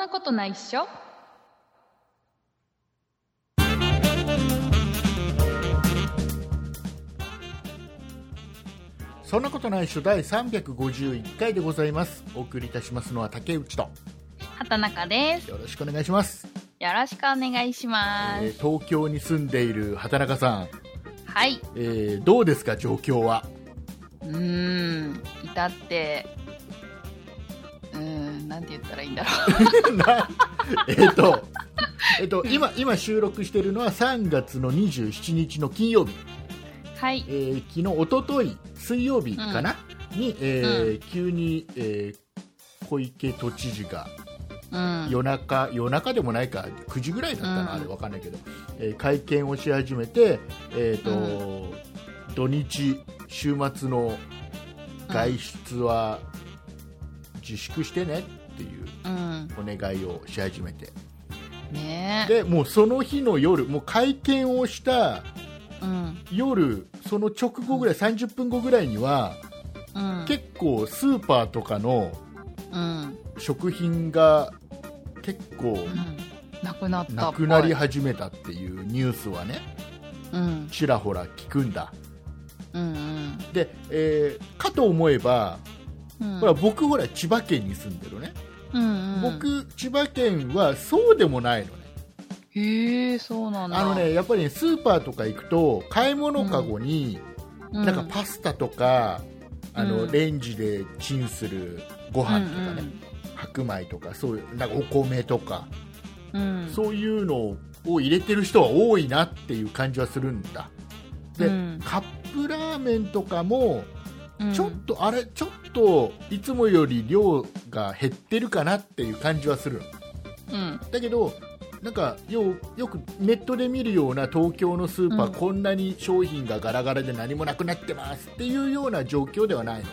なことないっしょ。 そんなことないっしょ第351回でございます。お送りいたしますのは竹内と畑中です。 よろしくお願いします。 よろしくお願いします。 東京に住んでいる畑中さん、 はい。 どうですか状況は。 至ってなんて言ったらいいんだろう今収録しているのは3月の27日の金曜日。 はい。 昨日一昨日水曜日かな、に、急に、小池都知事が、夜中でもないか9時ぐらいだったな、あれ分かんないけど、会見をし始めて、土日週末の外出は自粛してねっていうお願いをし始めて、でもうその日の夜、もう会見をした夜、その直後ぐらい、30分後ぐらいには、結構スーパーとかの食品が結構なくなり始めたっていうニュースはね、ちらほら聞くんだ。で、かと思えば、僕ほら千葉県に住んでるね、僕千葉県はそうでもないのね。 へえ、そうなんだ。 やっぱり、ね、スーパーとか行くと買い物かごに、なんかパスタとかレンジでチンするご飯とかね、白米とかそういうなんかお米とか、そういうのを入れてる人は多いなっていう感じはするんだ。で、カップラーメンとかもちょっといつもより量が減ってるかなっていう感じはするの、だけどなんかよくネットで見るような東京のスーパー、こんなに商品がガラガラで何もなくなってますっていうような状況ではないのね。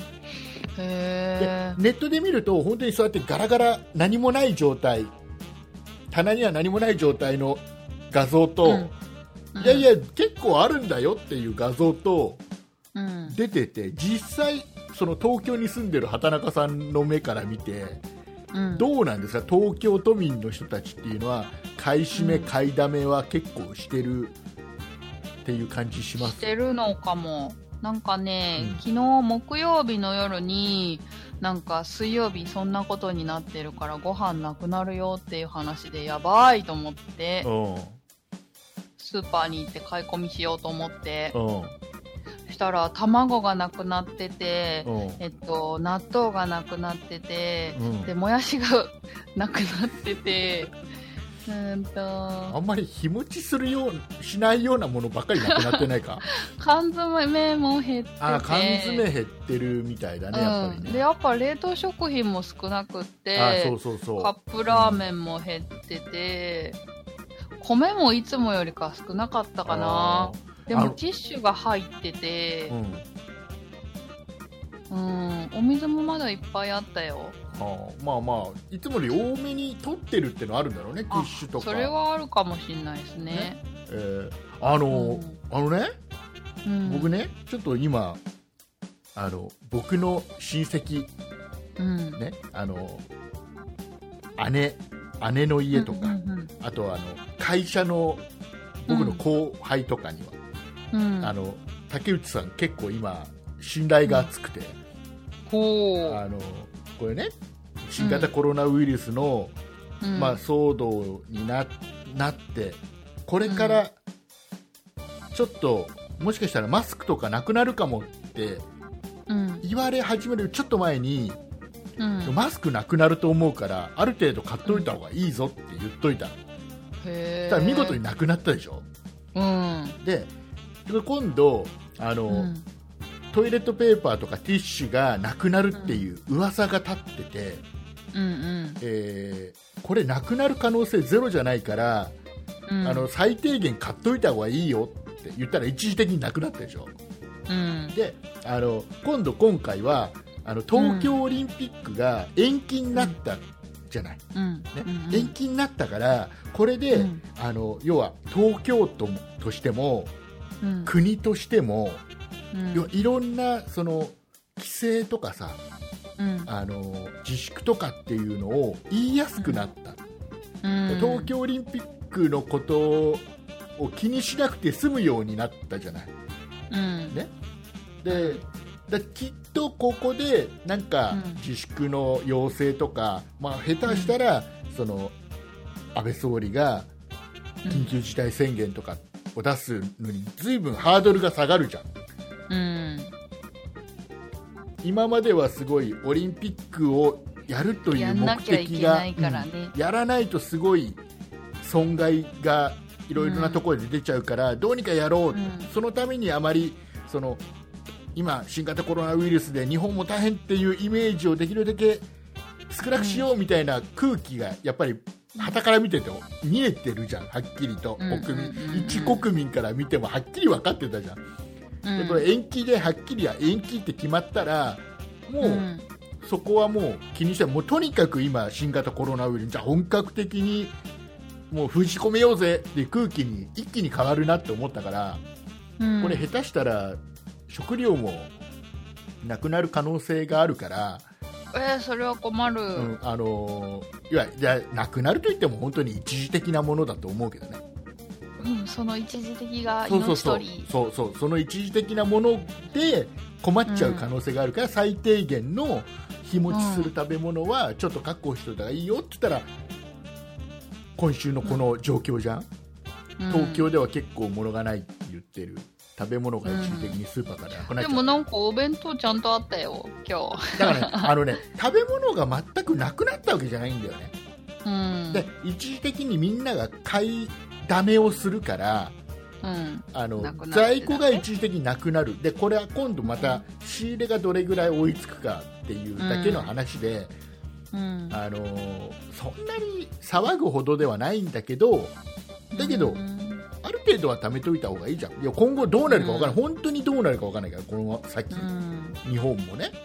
でネットで見ると本当にそうやってガラガラ何もない状態、棚には何もない状態の画像と、いやいや結構あるんだよっていう画像と出てて、実際その東京に住んでる畑中さんの目から見てどうなんですか。東京都民の人たちっていうのは買い占め、買いだめは結構してるっていう感じします。 してるのかも。なんかね、昨日木曜日の夜になんか水曜日そんなことになってるからご飯なくなるよっていう話でやばいと思って、スーパーに行って買い込みしようと思って、そしたら卵がなくなってて、納豆がなくなってて、でもやしがなくなってて、 あんまり日持ちしないようなものばっかりなくなってないか。 缶詰も減ってて、 缶詰減ってるみたいだね、やっぱりね。 でやっぱ冷凍食品も少なくって、カップラーメンも減ってて、米もいつもよりか少なかったかな。でもティッシュが入ってて、お水もまだいっぱいあったよ。 まあいつもより多めに取ってるってのあるんだろうね、ティッシュとか。 それはあるかもしれないですね。 僕ねちょっと今僕の親戚、ね、姉の家とか、あと会社の僕の後輩とかには、竹内さん結構今信頼が厚くて、これね新型コロナウイルスの、騒動になってこれからちょっともしかしたらマスクとかなくなるかもって言われ始めるちょっと前に、マスクなくなると思うからある程度買っといた方がいいぞって言っといたの。ただ見事になくなったでしょ。で今度トイレットペーパーとかティッシュがなくなるっていう噂が立ってて、これなくなる可能性ゼロじゃないから、最低限買っといた方がいいよって言ったら一時的になくなったでしょ。で今回は東京オリンピックが延期になったじゃない、延期になったからこれで、要は東京都としても、国としても、いろんなその規制とかさ、 自粛とかっていうのを言いやすくなった、東京オリンピックのことを気にしなくて済むようになったじゃない、ね、できっとここでなんか自粛の要請とか、下手したらその安倍総理が緊急事態宣言とかを出すのに随分ハードルが下がるじゃん、今まではすごいオリンピックをやるという目的がやらないとすごい損害がいろいろなところで出ちゃうから、どうにかやろう、そのためにあまりその今新型コロナウイルスで日本も大変っていうイメージをできるだけ少なくしようみたいな空気がやっぱり傍から見てて見えてるじゃん、はっきりと一国民から見てもはっきり分かってたじゃん、でこれ延期ではっきり延期って決まったらもう、そこはもう気にしてもうとにかく今新型コロナウイルスじゃあ本格的にもう封じ込めようぜっていう空気に一気に変わるなって思ったから、これ下手したら食料もなくなる可能性があるから、 それは困る、 いやなくなるといっても本当に一時的なものだと思うけどね、 その一時的が命取り、 そうその一時的なもので困っちゃう可能性があるから、最低限の日持ちする食べ物はちょっと確保しておいた方がいいよって言ったら、今週のこの状況じゃん、東京では結構物がないって言ってる、食べ物が一時的にスーパーからなくなっちゃう、 でもなんかお弁当ちゃんとあったよ今日。 だからね食べ物が全くなくなったわけじゃないんだよね、で一時的にみんなが買いだめをするから、在庫が一時的になくなる、でこれは今度また仕入れがどれぐらい追いつくかっていうだけの話で、そんなに騒ぐほどではないんだけど、ある程度は貯めといた方がいいじゃん。いや今後どうなるか分からない、本当にどうなるか分からないから、この先、日本もね、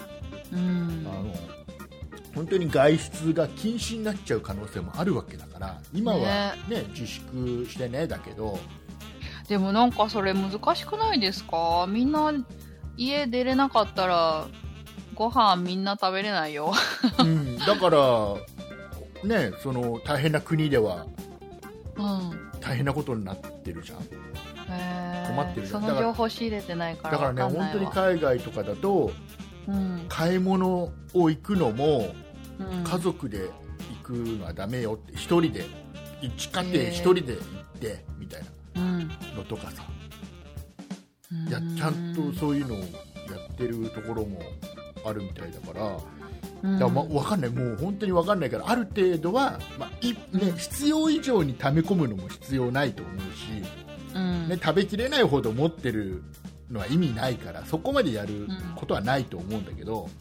本当に外出が禁止になっちゃう可能性もあるわけだから、今は、自粛してねだけど、 でもなんかそれ難しくないですか？みんな家出れなかったらご飯みんな食べれないよ、 だからね、その大変な国では、大変なことになってるじゃん、困ってるじゃん。 その情報仕入れてないから分かんないわ。 だからね、本当に海外とかだと、買い物を行くのも、家族で行くのはダメよって、一人で一家庭一人で行ってみたいなのとかさ、ちゃんとそういうのをやってるところもあるみたいだから、分かんない、もう本当に分かんないから、ある程度は、必要以上に溜め込むのも必要ないと思うし、食べきれないほど持ってるのは意味ないから、そこまでやることはないと思うんだけど、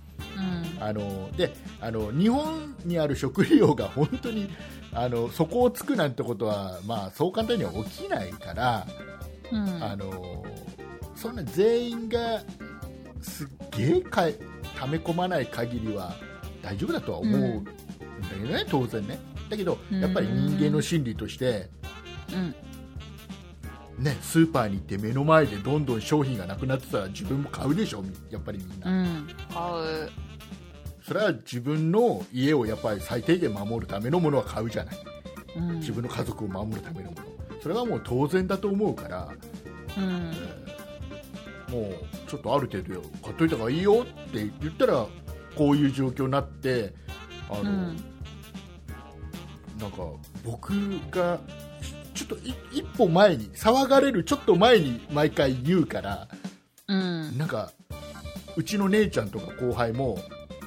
日本にある食料が本当に底をつくなんてことは、そう簡単には起きないから、そんな全員がすっげえ溜め込まない限りは大丈夫だとは思うんだけどね、当然ね。だけどやっぱり人間の心理として、スーパーに行って目の前でどんどん商品がなくなってたら自分も買うでしょ、やっぱりみんな、 買う。 それは自分の家をやっぱり最低限守るためのものは買うじゃない、自分の家族を守るためのもの、それはもう当然だと思うから、もうちょっとある程度買っといた方がいいよって言ったら、こういう状況になって、なんか僕がちょっと一歩前に騒がれるちょっと前に毎回言うから、なんかうちの姉ちゃんとか後輩も、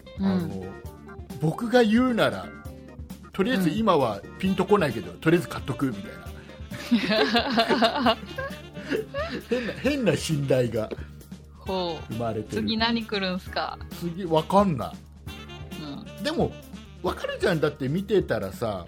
僕が言うならとりあえず今はピンとこないけど、とりあえず買っとくみたいな変な信頼が生まれてる。 次何来るんすか？ 次わかんない、でもわかるじゃん、だって見てたらさ、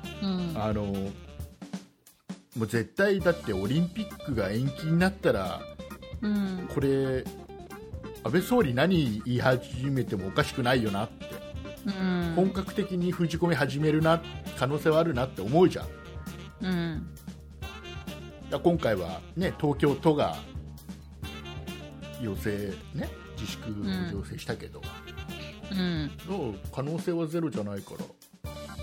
もう絶対だってオリンピックが延期になったら、これ安倍総理何言い始めてもおかしくないよなって、本格的に封じ込め始めるな可能性はあるなって思うじゃん、今回はね、東京都が要請ね、自粛を要請したけど、 の可能性はゼロじゃないから、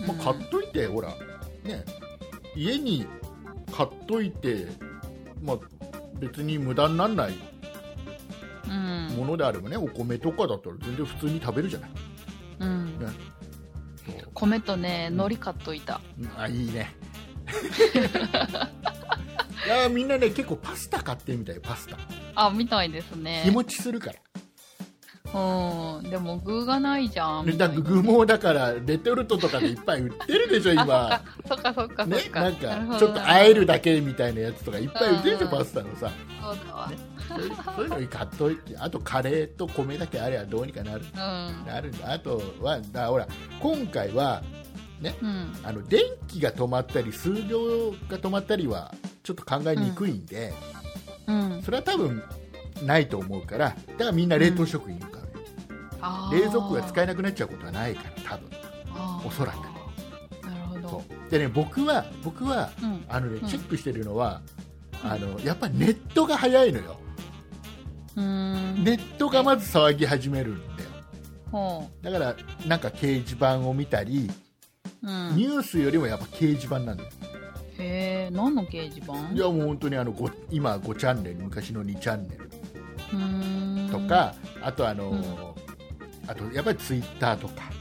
まあ、買っといて、ほらね、家に買っといて、まあ、別に無駄にならないものであればね、お米とかだったら全然普通に食べるじゃない、ね、 米とね、海苔買っといた。 あ、いいねいやみんなね、結構パスタ買ってるみたい。パスタ、 あ、みたいですね。 日持ちするから。 でも具がないじゃんみたいな。 具もだからレトルトとかでいっぱい売ってるでしょ今。 そっかね、なんかちょっと和えるだけみたいなやつとかいっぱい売ってるでしょ、パスタのさ。 そうだわ、 ね、そういうのに買っといて、あとカレーと米だけあればどうにかなる、なるんだ。あとはほら今回はね、電気が止まったり水道が止まったりはちょっと考えにくいんで、それは多分ないと思うから、だからみんな冷凍食品を買う、冷蔵庫が使えなくなっちゃうことはないから、多分おそらく。 なるほど。 でね、僕は、チェックしてるのはやっぱりネットが早いのよ。ネットがまず騒ぎ始めるんだよ。だからなんか掲示板を見たり、ニュースよりもやっぱ掲示板なんだよ。 へえ、何の掲示板？ いやもう本当に今5チャンネル、昔の2チャンネルとか、あとあとやっぱりツイッターとか、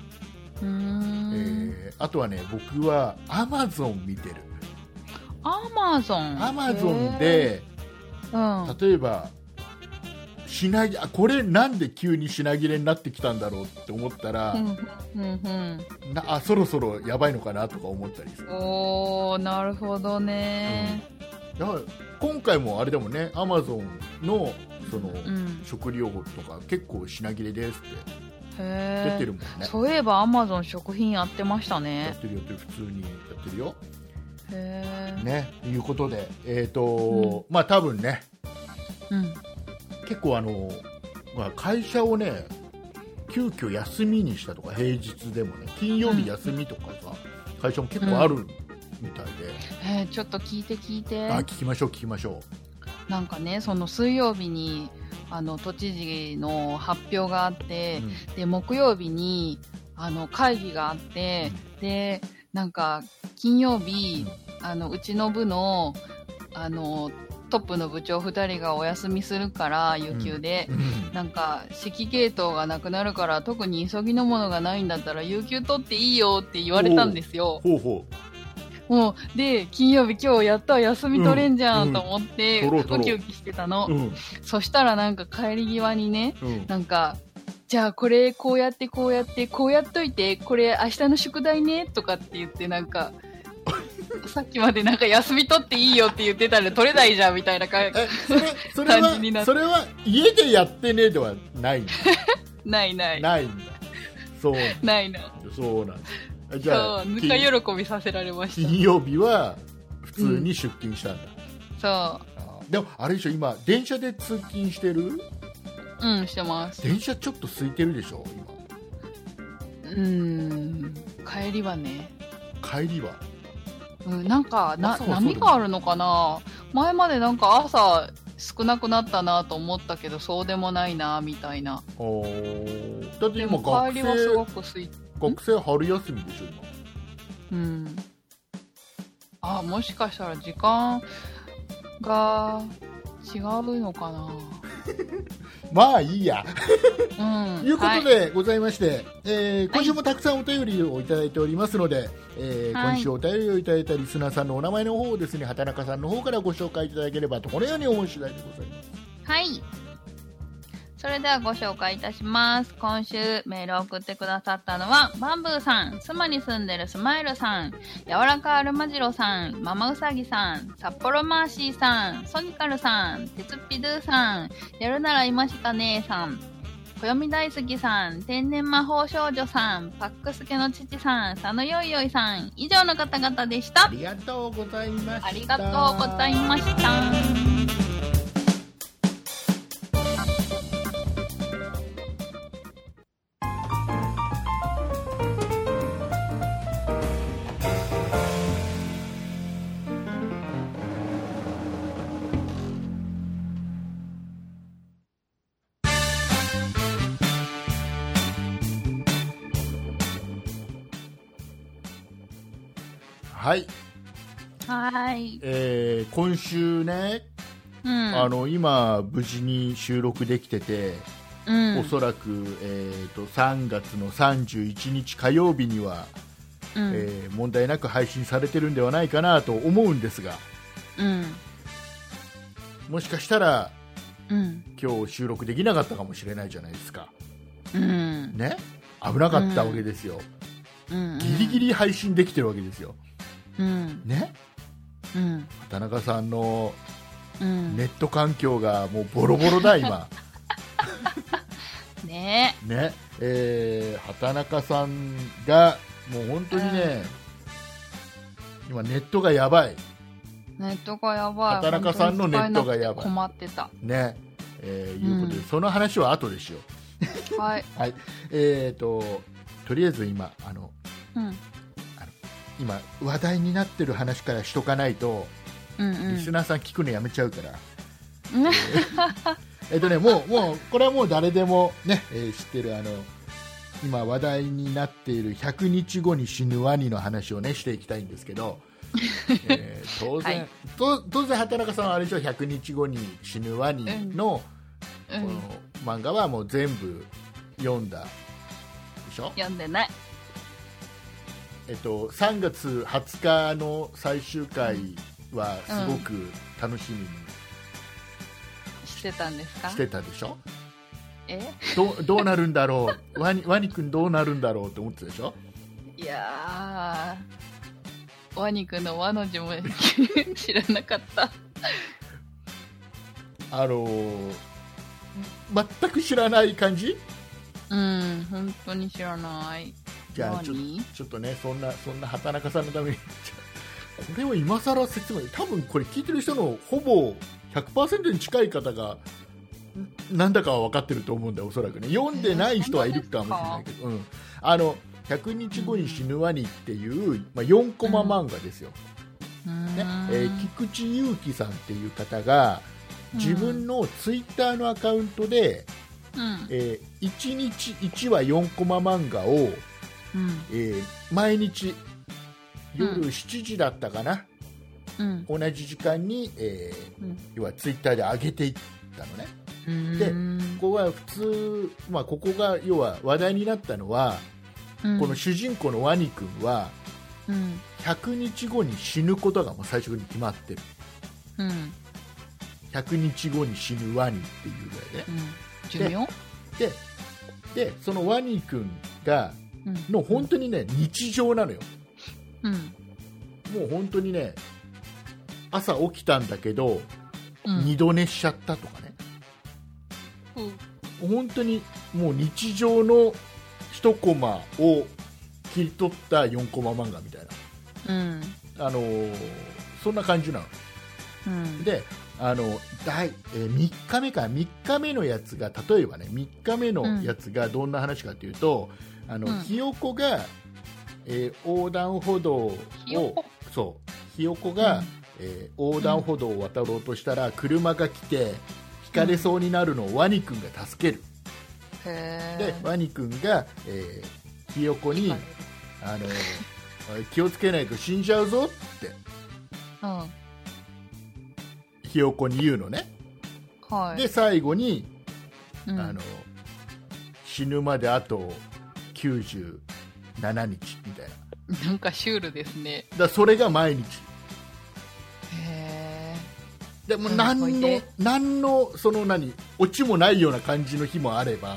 あとはね、僕はアマゾン見てる。アマゾンで、例えばこれなんで急に品切れになってきたんだろうって思ったら、そろそろやばいのかなとか思ったりする。 なるほどね。 だから今回もあれでもね、アマゾンのその、食料とか結構品切れですって出てるもんね。 そういえばアマゾン食品やってましたね。 やってる普通にやってるよ。 ね、 ということで、まあ多分ね、結構会社をね急遽休みにしたとか、平日でもね金曜日休みとかさ、会社も結構あるみたいで、 ちょっと聞いて。 聞きましょう。 なんかね、その水曜日に都知事の発表があって、で木曜日に会議があって、でなんか金曜日うちの部のトップの部長2人がお休みするから有給で、なんか指揮系統がなくなるから特に急ぎのものがないんだったら有給取っていいよって言われたんですよ。もうで金曜日今日やったら休み取れんじゃんと思ってウキウキしてたの。そしたらなんか帰り際にね、なんかじゃあこれこうやってこうやっといて、これ明日の宿題ねとかって言って、なんかさっきまでなんか休み取っていいよって言ってたら取れないじゃんみたいな感じになって。 それは家でやってねではないんだ。 ないんだ。 そうないな。 そうなんだ。じゃあぬか喜びさせられました。 金曜日は普通に出勤したんだ。 でもあれでしょ、今電車で通勤してる？ してます。 電車ちょっと空いてるでしょ今。帰りはね。なんか波があるのかな。前までなんか朝少なくなったなと思ったけど、そうでもないなみたいな。 だって今帰りはすごく学生春休みでしょ今。もしかしたら時間が違うのかな。 まあいいやということでございまして、今週もたくさんお便りをいただいておりますので、今週お便りをいただいたリスナーさんのお名前の方をですね、畑中さんの方からご紹介いただければと、このように思う次第でございます。 はい、それではご紹介いたします。今週メールを送ってくださったのはバンブーさん、妻に住んでるスマイルさん、柔らかアルマジロさん、ママウサギさん、札幌マーシーさん、ソニカルさん、鉄っぴドゥさん、やるなら今しか姉さん、暦大好きさん、天然魔法少女さん、パックスケの父さん、佐野よいよいさん、以上の方々でした。 ありがとうございました。 ありがとうございました。 はい、 はい。 今週ね、 うん。 今無事に収録できてて、おそらく、3月の31日火曜日には、問題なく配信されてるんではないかなと思うんですが、もしかしたら、今日収録できなかったかもしれないじゃないですか、ね、危なかったわけですよ、ギリギリ配信できてるわけですよ、ね、畑中さんのネット環境がもうボロボロだ今ね、 畑中さんがもう本当にね、今ネットがやばい。 ネットがやばい。 畑中さんのネットがやばい。 困ってた。 ね、いうことで、その話は後でしよう。 はい。 はい。とりあえず今今話題になってる話からしとかないと、リスナーさん聞くのやめちゃうから。もうこれはもう誰でもね、知ってる今話題になっている100日後に死ぬワニの話をねしていきたいんですけど、当然、はい、当然畑中さんはあれでしょ、100日後に死ぬワニの、この漫画はもう全部読んだでしょ。 読んでない。 3月20日の最終回はすごく楽しみにしてたんですか。 してたでしょ。どうなるんだろうワニくんどうなるんだろうって思ってたでしょ。 いやー、ワニくんの和の字も知らなかった全く知らない感じ。 本当に知らない。 じゃあちょっとね、そんな畑中さんのためにこれを今更説明、多分これ聞いてる人のほぼ 100% に近い方がなんだかは分かってると思うんだよ、おそらくね。読んでない人はいるかもしれないけど、100日後に死ぬワニっていう、4コマ漫画ですよ、菊池雄輝さんっていう方が自分のツイッターのアカウントで、1日1話4コマ漫画を、毎日夜7時だったかな、同じ時間に、要はツイッターで上げていったのね。でここは普通、ここが要は話題になったのは、この主人公のワニ君は、100日後に死ぬことがもう最初に決まってる、100日後に死ぬワニっていうぐらいで、 寿命でそのワニ君がの本当にね、日常なのよ、もう本当にね、朝起きたんだけど、二度寝しちゃったとかね、本当にもう日常の一コマを切り取った4コマ漫画みたいな、そんな感じなの、で3日目か3日目のやつが、例えばね、3日目のやつがどんな話かというと、ひよこが、横断歩道をひよこが、横断歩道を渡ろうとしたら、車が来てひかれそうになるのをワニ君が助ける、でワニ君が、ひよこに気をつけないと死んじゃうぞって、ひよこに言うのね、で最後に、死ぬまであと97日みたいな、 なんかシュールですね。 それが毎日でも何のそのオチもないような感じの日もあれば、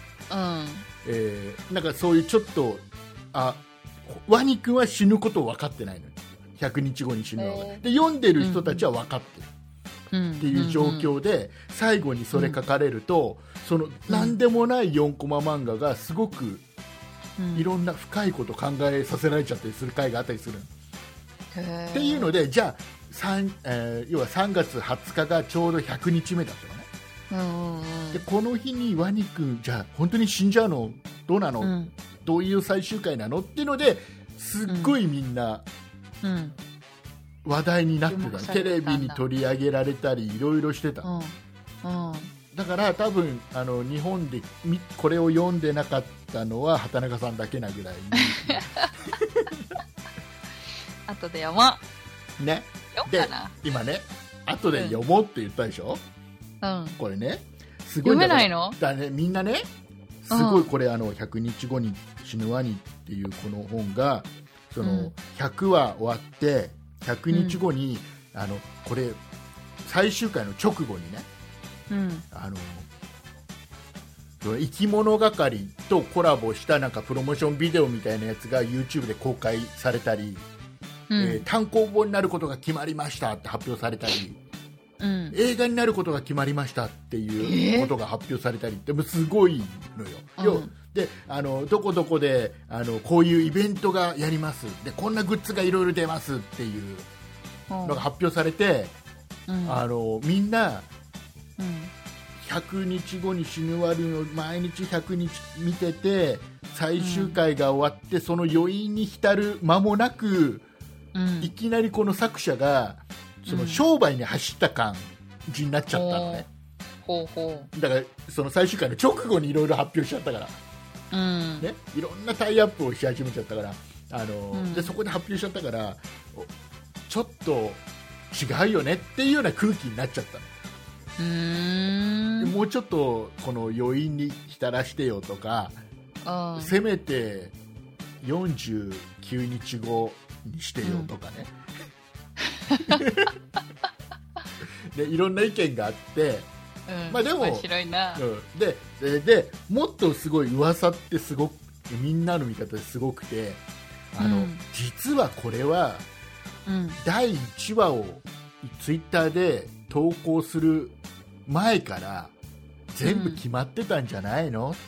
なんかそういうちょっとワニ君は死ぬことを分かってないのよ、100日後に死ぬので、読んでる人たちは分かってる、っていう状況で、最後にそれ書かれると、その何でもない4コマ漫画がすごくいろんな深いこと考えさせられちゃったりする回があったりするっていうので、じゃあ要は3月20日がちょうど100日目だったのね、でこの日にワニ君じゃあ本当に死んじゃうのどうなの、どういう最終回なのっていうのですっごいみんな話題になってた、テレビに取り上げられたりいろいろしてた、だから多分日本でこれを読んでなかったのは畑中さんだけなぐらいに後で読もう。 ね。 読むかな。 今ね、後で読もうって言ったでしょ。 うん。 これね、すごい読めないの？ だね、みんなね、すごいこれ100日後に死ぬワニっていうこの本がその100話終わって100日後に、これ最終回の直後にね、生き物係とコラボしたなんかプロモーションビデオみたいなやつが YouTube で公開されたり、単行本になることが決まりましたって発表されたり、映画になることが決まりましたっていうことが発表されたりってすごいのよ。でどこどこでこういうイベントがやりますでこんなグッズがいろいろ出ますっていうのが発表されて、みんな、100日後に死ぬワニを毎日100日見てて最終回が終わって、その余韻に浸る間もなく、いきなりこの作者がその商売に走った感じになっちゃったのね。だからその最終回の直後にいろいろ発表しちゃったから、ね、いろんなタイアップをし始めちゃったからでそこで発表しちゃったからちょっと違うよねっていうような空気になっちゃったの。もうちょっとこの余韻に浸らしてよとか、せめて49日後にしてよとかね、でいろんな意見があって、まあでも面白いな。 でもっとすごい噂ってすごくみんなの見方ですごくて実はこれは、第1話をツイッターで投稿する前から全部決まってたんじゃないのって、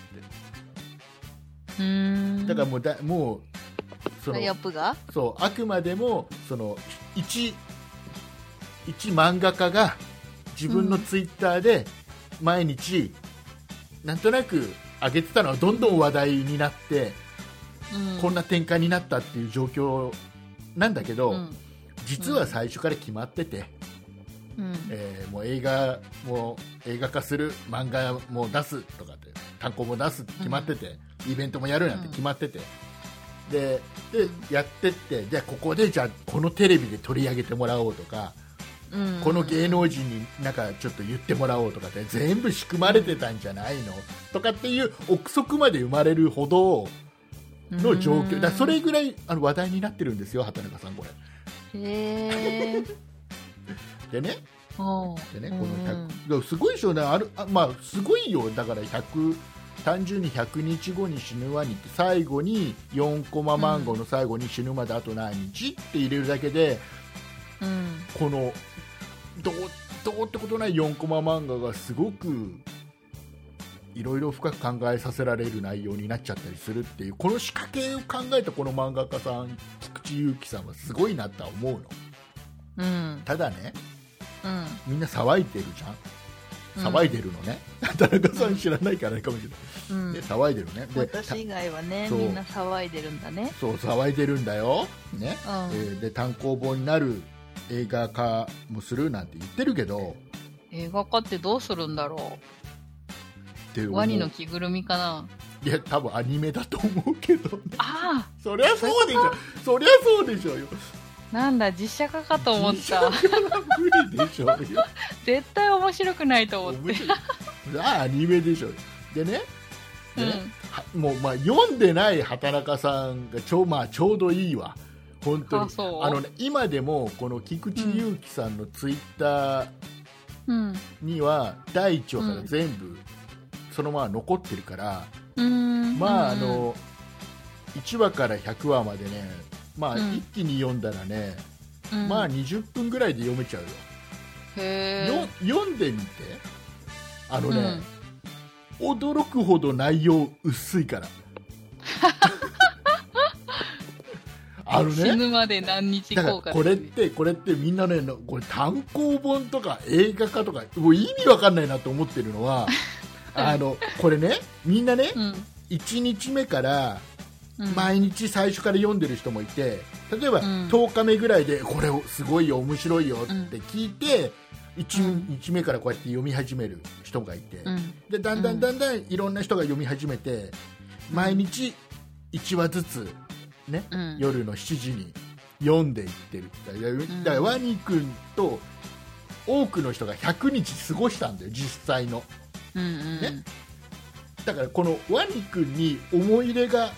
だからもうそのそうあくまでもその一漫画家が自分のツイッターで毎日なんとなく上げてたのはどんどん話題になって、こんな展開になったっていう状況なんだけど、実は最初から決まってて、もう映画化する漫画も出すとかって単行も出すって決まってて、イベントもやるなんて決まってて、でやってってじゃあここでじゃあこのテレビで取り上げてもらおうとか、この芸能人になんかちょっと言ってもらおうとかって全部仕組まれてたんじゃないのとかっていう憶測まで生まれるほどの状況だ。それぐらい話題になってるんですよ、畑中さんこれ。でね、この100すごいでしょうね。まあすごいよ。だから単純に100日後に死ぬワニって最後に4コマ漫画の最後に死ぬまであと何日って入れるだけで、このどうってことない4コマ漫画がすごくいろいろ深く考えさせられる内容になっちゃったりするっていう、この仕掛けを考えたこの漫画家さん菊池雄輝さんはすごいなとは思うの。ただね、みんな騒いでるじゃん。騒いでるのね。田中さん知らないからかもしれない。騒いでるね。 私以外はね、みんな騒いでるんだね。 そう騒いでるんだよ。ね。で単行本になる映画化もするなんて言ってるけど、 映画化ってどうするんだろう。ワニの着ぐるみかな。 いや多分アニメだと思うけどね。そりゃそうでしょ。そりゃそうでしょうよ。 なんだ実写化かと思った。 実写化は無理でしょうよ。 絶対面白くないと思って。 アニメでしょ。でね、もう読んでない畑中さんがちょうどいいわ。本当に今でもこの菊池雄輝さんのツイッターには第1話から全部そのまま残ってるから、1話から100話までね、一気に読んだらね、20分ぐらいで読めちゃうよ。読んでみて、驚くほど内容薄いから。 死ぬまで何日後か。 これってみんなね、これ単行本とか映画化とかもう意味わかんないなと思ってるのはこれね、みんなね、1日目から毎日最初から読んでる人もいて、例えば10日目ぐらいでこれすごいよ面白いよって聞いて、1日目からこうやって読み始める人がいて、でだんだんいろんな人が読み始めて、毎日1話ずつね、夜の7時に読んでいってる。だからワニ君と多くの人が100日過ごしたんだよ、実際の、ね、だからこのワニ君に思い入れが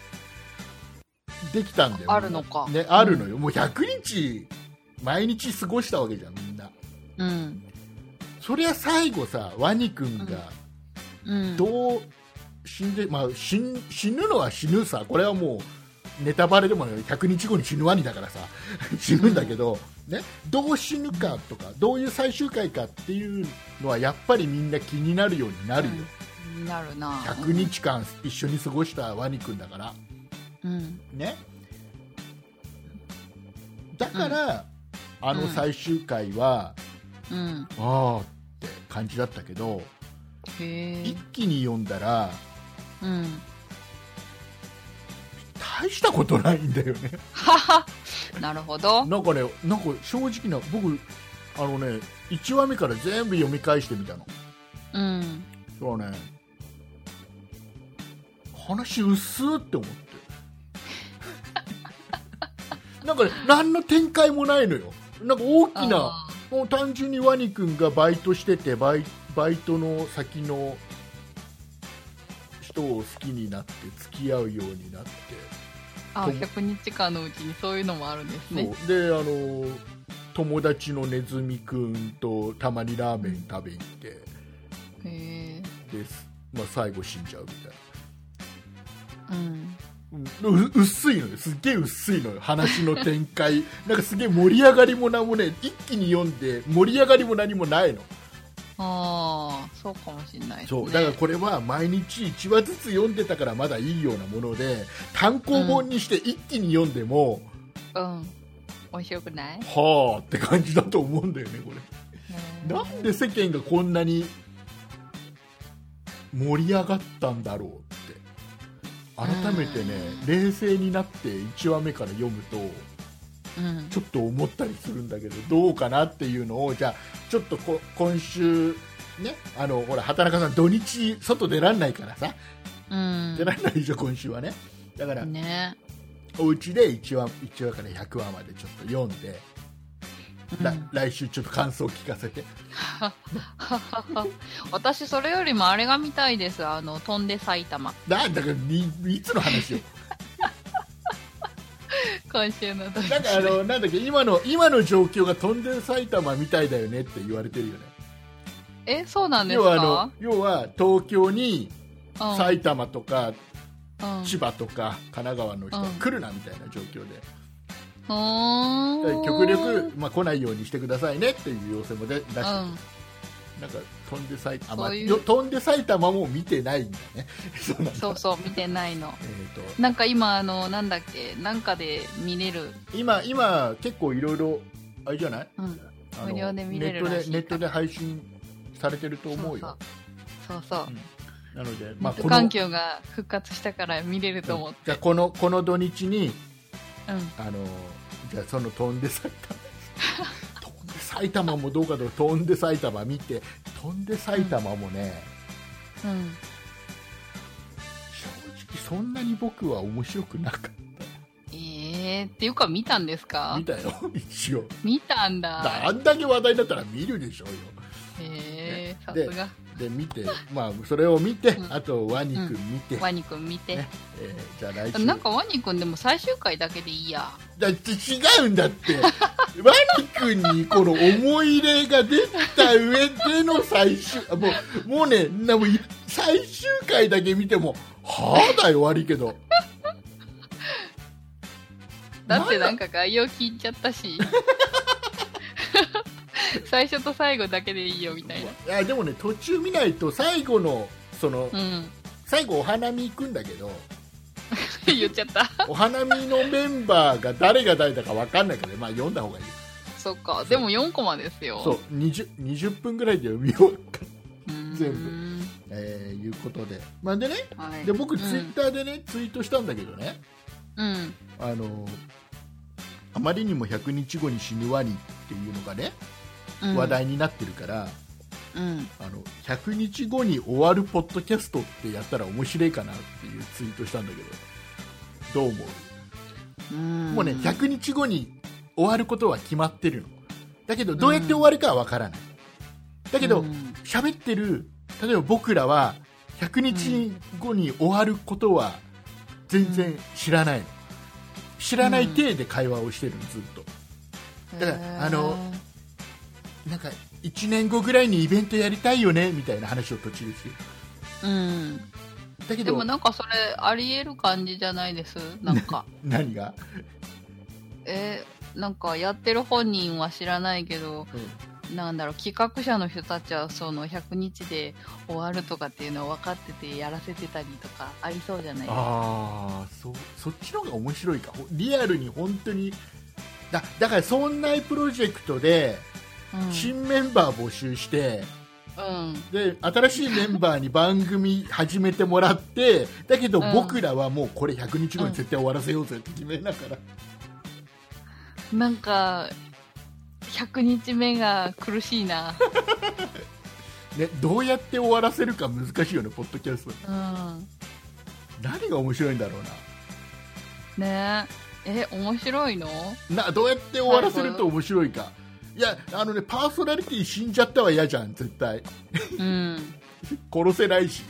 できたんだよ。 あるのか、 ね、あるのよ。もう100日毎日過ごしたわけじゃん、みんな。そりゃ最後さ、ワニ君がどう死んで、まあ、死ぬのは死ぬさ、これはもうネタバレでもない、100日後に死ぬワニだからさ死ぬんだけど、ね、どう死ぬかとかどういう最終回かっていうのはやっぱりみんな気になるようになるよ、 なるな。 100日間一緒に過ごしたワニ君だから、ね、だから、あの最終回は、あーって感じだったけど、一気に読んだら、大したことないんだよねなるほど。 なんかね、なんか正直な、僕1話目から全部読み返してみたの。そうね、話薄って思ってなんかね、何の展開もないのよ。なんか大きな、もう単純にワニ君がバイトしてて、バイトの先の人を好きになって付き合うようになって、 100日間のうちにそういうのもあるんですね。 そうで、友達のネズミ君とたまにラーメン食べ行って、で、まあ、最後死んじゃうみたいな、薄いのよ、すっげえ薄いのよ、話の展開なんかすげえ盛り上がりも何もね、一気に読んで盛り上がりも何もないの。 そうかもしれないですね。 そうだからこれは毎日1話ずつ読んでたからまだいいようなもので、単行本にして一気に読んでも、 面白くない？ はあって感じだと思うんだよね、これ。なんで世間がこんなに盛り上がったんだろうって改めてね、冷静になって1話目から読むと、ちょっと思ったりするんだけど、どうかなっていうのを、じゃあちょっと今週ね、ほら畑中さん土日外出らんないからさ、出らんないでしょ今週はね。だからね、お家で1話から100話までちょっと読んで、来週ちょっと感想を聞かせて私それよりもあれが見たいです。飛んで埼玉。 だからいつの話よ今週の土日。 なんかなんだっけ、今の状況が飛んで埼玉みたいだよねって言われてるよね。 そうなんですか？ 要は東京に埼玉とか、千葉とか神奈川の人が来るなみたいな状況で、極力、来ないようにしてくださいねっていう要請も出してる、なんか飛んで埼玉、飛んで埼玉も見てないんだねそう見てないの。なんか今なんだっけ、なんかで見れる、 今結構いろいろあれじゃない、 無料で見れるらしい。 ネットで配信されてると思うよ。 そう、 なので、 ネット環境が復活したから見れると思って、 じゃあこの土日に、じゃあその飛んで埼玉もどうかと、飛んで埼玉見て、飛んで埼玉もね、正直そんなに僕は面白くなかった。 っていうか見たんですか？ 見たよ一応見たんだ。 あんだけ話題だったら見るでしょうよ。 さすがで見て、それを見て、あとワニ君見て、 ワニ君見て、 じゃあ来週なんかワニ君でも最終回だけでいいや。 違うんだってワニ君にこの思い入れができた上での最終もうね、最終回だけ見てもだよ、悪いけどだってなんか概要聞いちゃったし最初と最後だけでいいよみたいな。 いやでもね、途中見ないと最後の最後お花見行くんだけど言っちゃったお花見のメンバーが誰が誰だか分かんないから、読んだ方がいい。 そっか、でも4コマですよ。 そう、20分ぐらいで読み終わる全部、いうことで、でね、で僕ツイッターでね、ツイートしたんだけどね、あまりにも100日後に死ぬワニっていうのがね、話題になってるから、100日後に終わるポッドキャストってやったら面白いかなっていうツイートしたんだけど、どう思う？ もうね100日後に終わることは決まってるの。だけどどうやって終わるかはわからない。だけど喋ってる例えば僕らは100日後に終わることは全然知らないの。知らない体で会話をしてるのずっと。だからなんか1年後ぐらいにイベントやりたいよねみたいな話を途中でしてる。だけどでもなんかそれありえる感じじゃないです。なんか何がなんかやってる本人は知らないけど、なんだろう、企画者の人たちはその100日で終わるとかっていうのを分かっててやらせてたりとかありそうじゃないですか。 そっちの方が面白いか。リアルに本当にだからそんなプロジェクトで新メンバー募集して、で新しいメンバーに番組始めてもらってだけど僕らはもうこれ100日後に絶対終わらせようぜって決めながら、 なんか100日目が苦しいな、 ね、どうやって終わらせるか難しいよねポッドキャスト、何が面白いんだろうなね。面白いのどうやって終わらせると面白いか。いやパーソナリティ死んじゃったは嫌じゃん絶対、殺せないし、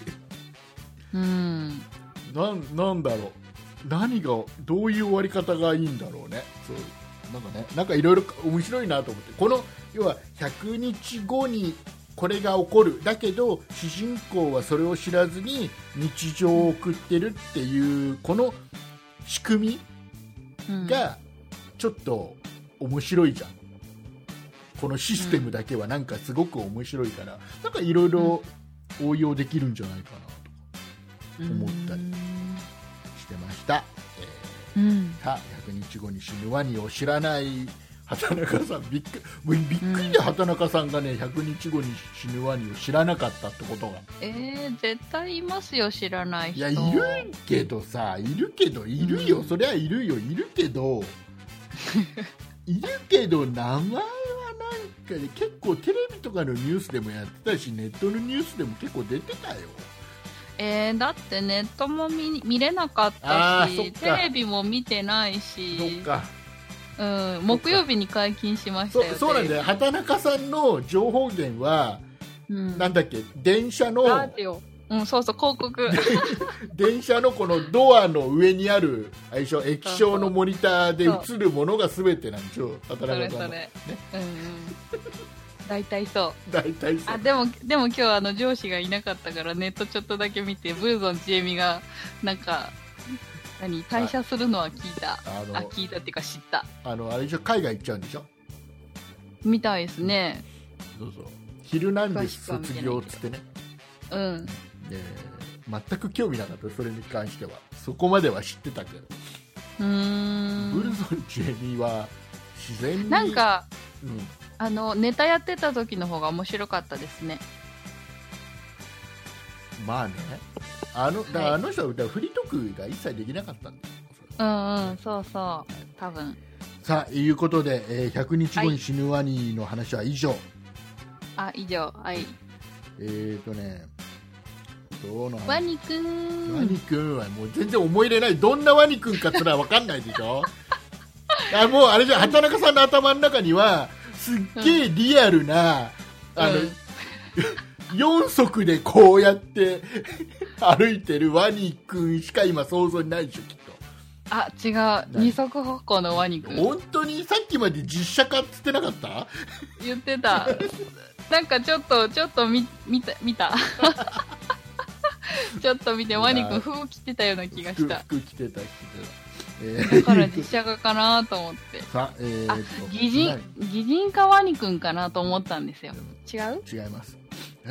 なんだろう、何がどういう終わり方がいいんだろうね。そうなんかいろいろ面白いなと思って、この要は100日後にこれが起こるだけど主人公はそれを知らずに日常を送ってるっていうこの仕組みがちょっと面白いじゃん。このシステムだけはなんかすごく面白いから、なんかいろいろ応用できるんじゃないかなと思ったりしてました。さあ100日後に死ぬワニを知らない畑中さんびっくりで、畑中さんがね100日後に死ぬワニを知らなかったってことが絶対いますよ知らない人。 いやいるけどさ、いるよ、そりゃいるけど名前はなんかね結構テレビとかのニュースでもやってたしネットのニュースでも結構出てたよ。 だってネットも見れなかったしテレビも見てないし、 そっか、 木曜日に解禁しましたよ。 そうなんだよ。畑中さんの情報源は、なんだっけ、電車のそう広告電車のこのドアの上にある液晶のモニターで映るものが全てなんでしょ、畑中さんのね。 大体そう。でも今日上司がいなかったからネットちょっとだけ見て、ブーゾンちえみがなんか退社するのは聞いた。聞いたっていうか知った。 あれでしょ、海外行っちゃうんでしょみたいですね。 そうヒルナンデス卒業っつってね。全く興味なかった、それに関しては。そこまでは知ってたけど、ブルゾンちえみは自然になんか、ネタやってた時の方が面白かったですね。 まあね、あの人はフリートークが一切できなかったんだよ。 そう多分。 さあいうことで、100日後に死ぬワニの話は以上。 以上。ワニくんはもう全然思い入れない。どんなワニくんかってのは分かんないでしょもうあれじゃ、畑中さんの頭の中にはすっげえリアルな、4足でこうやって歩いてるワニくんしか今想像にないでしょきっと。 違う、二足歩行のワニくん。 本当にさっきまで実写化っつってなかった？ 言ってたなんかちょっと見たちょっと見て、ワニくん服着てたような気がした。 服着てた。 だから実写化かなと思って擬人化ワニくんかなと思ったんですよ。違います。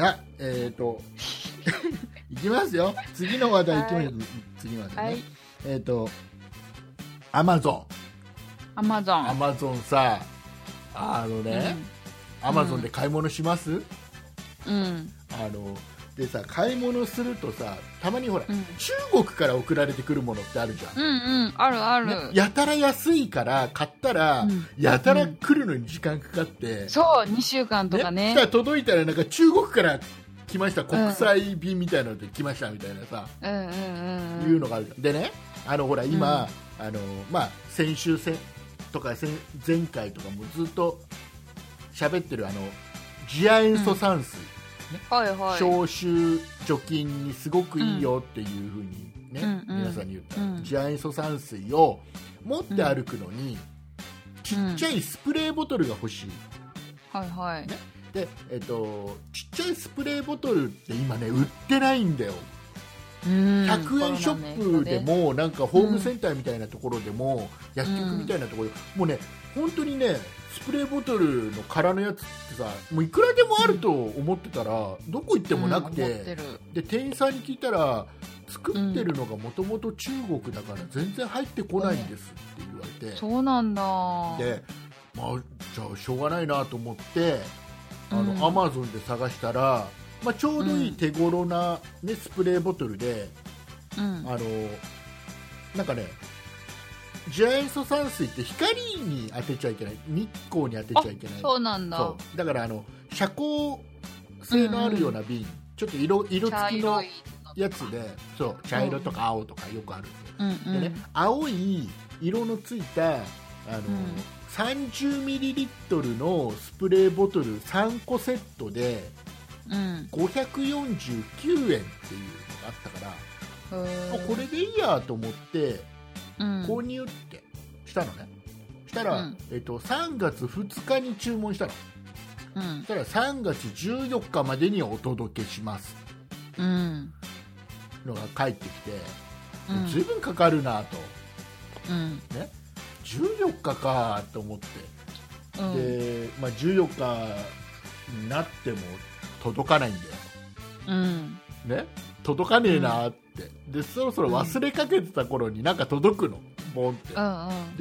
いきますよ。次の話題いきましょう。次の話題ね。アマゾンさ、アマゾンで買い物します？でさ、買い物するとさ、たまにほら、中国から送られてくるものってあるじゃん。 ある、 ね、やたら安いから買ったら、やたら来るのに時間かかって、 そう2週間とかね。 さ届いたらなんか中国から来ました、国際便みたいなので来ましたみたいなさ、いうのがあるじゃん。でね、ほら今、 先週とか前回とかもずっと喋ってる次亜塩素酸水、消臭除菌にすごくいいよっていう風にね、皆さんに言った、次亜塩素酸水を持って歩くのに、ちっちゃいスプレーボトルが欲しい、ね、でちっちゃいスプレーボトルって今ね売ってないんだよ。100円ショップでもなんかホームセンターみたいなところでも、薬局みたいなところでもうね本当にねスプレーボトルの空のやつってさもういくらでもあると思ってたらどこ行ってもなくて、で店員さんに聞いたら作ってるのがもともと中国だから全然入ってこないんですって言われて、 そうなんだ。 で、じゃあしょうがないなと思ってAmazon で探したら、ちょうどいい手頃な、ねスプレーボトルで、なんかね次亜塩素酸水って光に当てちゃいけない、日光に当てちゃいけない。 そうなんだ。 だから遮光性のあるような瓶、ちょっと色付きのやつで、そう茶色とか青とかよくあるんで、でね、青い色のついた30ミリリットルのスプレーボトル3個セットで549円っていうのがあったから、これでいいやと思って購入ってしたのね。したら、3月2日に注文したの。そしたら3月14日までにお届けしますのが返ってきて、ずいぶんかかるなと、ね、14日かと思って、で、14日になっても届かないんだよ、ね、届かねえなって、でそろそろ忘れかけてた頃になんか届くの、ボンって、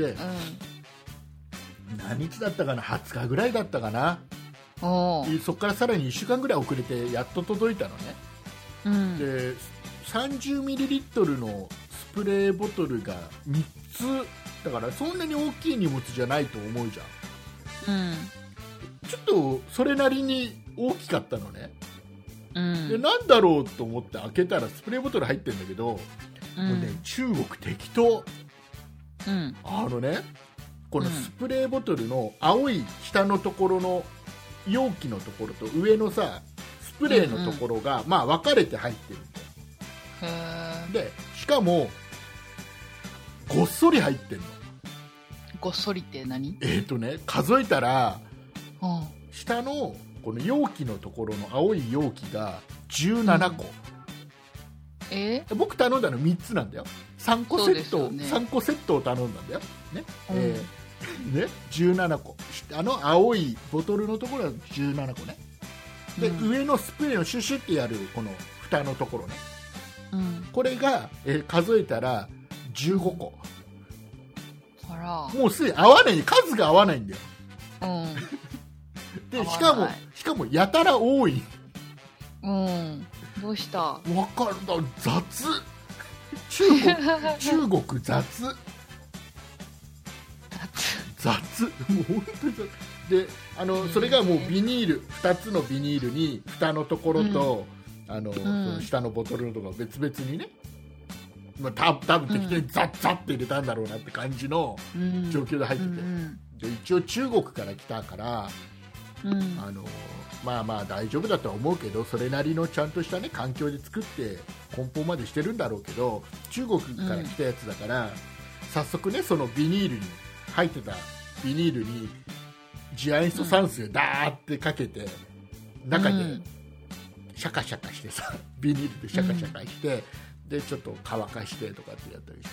で、何日だったかな、20日ぐらいだったかな、そこからさらに1週間ぐらい遅れてやっと届いたのね、で30ミリリットルのスプレーボトルが3つだからそんなに大きい荷物じゃないと思うじゃん、ちょっとそれなりに大きかったのね、でなんだろうと思って開けたらスプレーボトル入ってるんだけど、もうね、中国適当、このスプレーボトルの青い下のところの容器のところと上のさスプレーのところが、分かれて入ってるんだよ。でしかもごっそり入ってるの。 ごっそりって何？ 数えたら、下のこの容器のところの青い容器が17個、僕頼んだの3つなんだよ。3個セット、3個セットを頼んだんだよね、17個、青いボトルのところは17個ね、で、上のスプレーのシュシュってやるこの蓋のところね、これが、数えたら15個。もうすでに合わない、数が合わないんだよ、でしかもやたら多い、 どうした？ わかるだ、雑中国雑もう本当に雑で、それがもうビニール2つのビニールに蓋のところと、その下のボトルのところ別々にね、多分適当にザッザッって入れたんだろうなって感じの状況で入ってて、で一応中国から来たから、大丈夫だとは思うけど、それなりのちゃんとしたね環境で作って梱包までしてるんだろうけど、中国から来たやつだから、早速ねそのビニールに入ってたビニールに次亜塩素酸水をダーってかけて、中でシャカシャカしてさ、ビニールでシャカシャカして、でちょっと乾かしてとかってやったりして、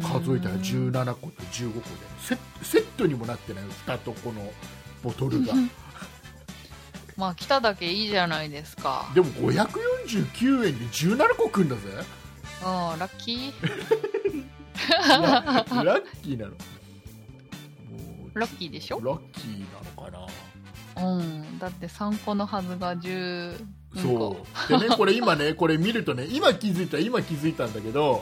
数えたら17個と15個でセットにもなってないよ、蓋とこのボトルが来ただけいいじゃないですか。 でも549円で17個くんだぜ。 ラッキーラッキーなの。 ラッキーでしょ。 ラッキーなのかな。 だって3個のはずが10個。 そうでね、これ今ねこれ見るとね、今気づいたんだけど、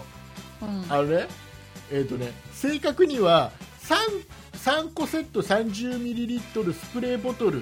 正確には3個セット30ミリリットルスプレーボトル、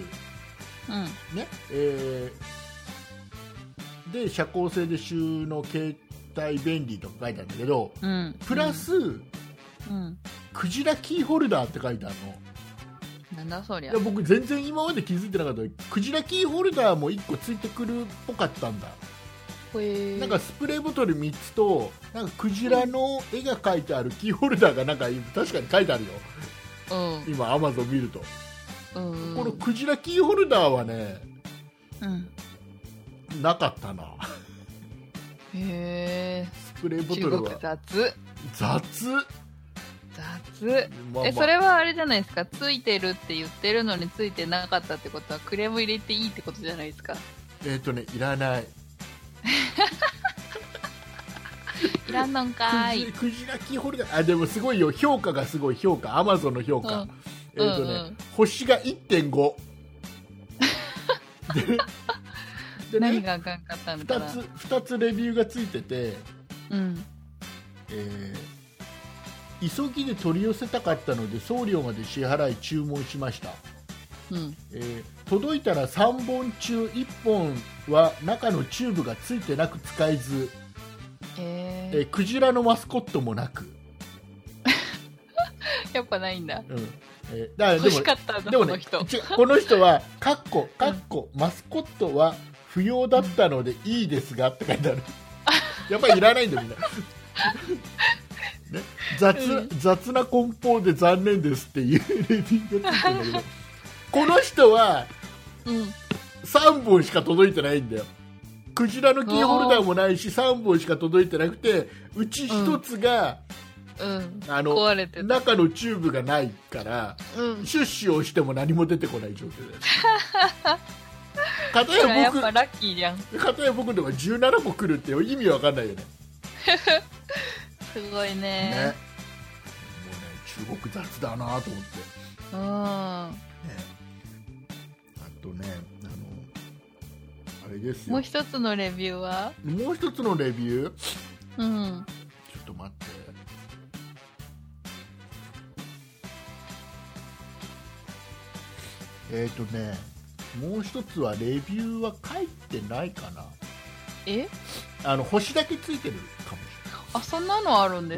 で遮光性で収納携体便利とか書いてあるんだけど、 うん、 プラス、 うん、 クジラキーホルダーって書いてあるの。 なんだそりゃ。 いや僕全然今まで気づいてなかった。クジラキーホルダーも1個ついてくるっぽかったんだ。なんかスプレーボトル3つとなんかクジラの絵が描いてあるキーホルダーがなんか確かに書いてあるよ、 うん、 今アマゾン見ると、 うん、 このクジラキーホルダーはね、 うん、 なかったな。 へえ。 スプレーボトルは雑。 まあまあ、 それはあれじゃないですか、ついてるって言ってるのについてなかったってことはクレーム入れていいってことじゃないですか。 いらないいらんのんかーい。 クジラキーホルダー、でもすごいよ、評価がすごい、アマゾンの評価、星が 1.5 でね、 何があかんかったのかな。 2つレビューがついてて、 うん、 急ぎで取り寄せたかったので送料まで支払い注文しました、 うん、 届いたら3本中1本は中のチューブがついてなく使えず、クジラのマスコットもなくやっぱないんだ、 だから欲しかったんだ、 でもね、この人はカッコマスコットは不要だったのでいいですがって書いてあるやっぱりいらないんだみんなね、雑な梱包で残念ですっていうレビューがついてるんだけどこの人は3本しか届いてないんだよ。クジラのキーホルダーもないし3本しか届いてなくて、うち1つが、 壊れてた。 中のチューブがないから、シュッシュをしても何も出てこない状況ですかたやっぱラッキーじゃん。 かたや僕のとか17個来るって意味わかんないよねすごい ね。もうね、中国雑だなと思って。あとね、あれですよ。 もう一つのレビューは？ もう一つのレビュー？ちょっと待って。もう一つはレビューは書いてないかな。星だけついてるかもしれない。 あ、そんなのあるんです？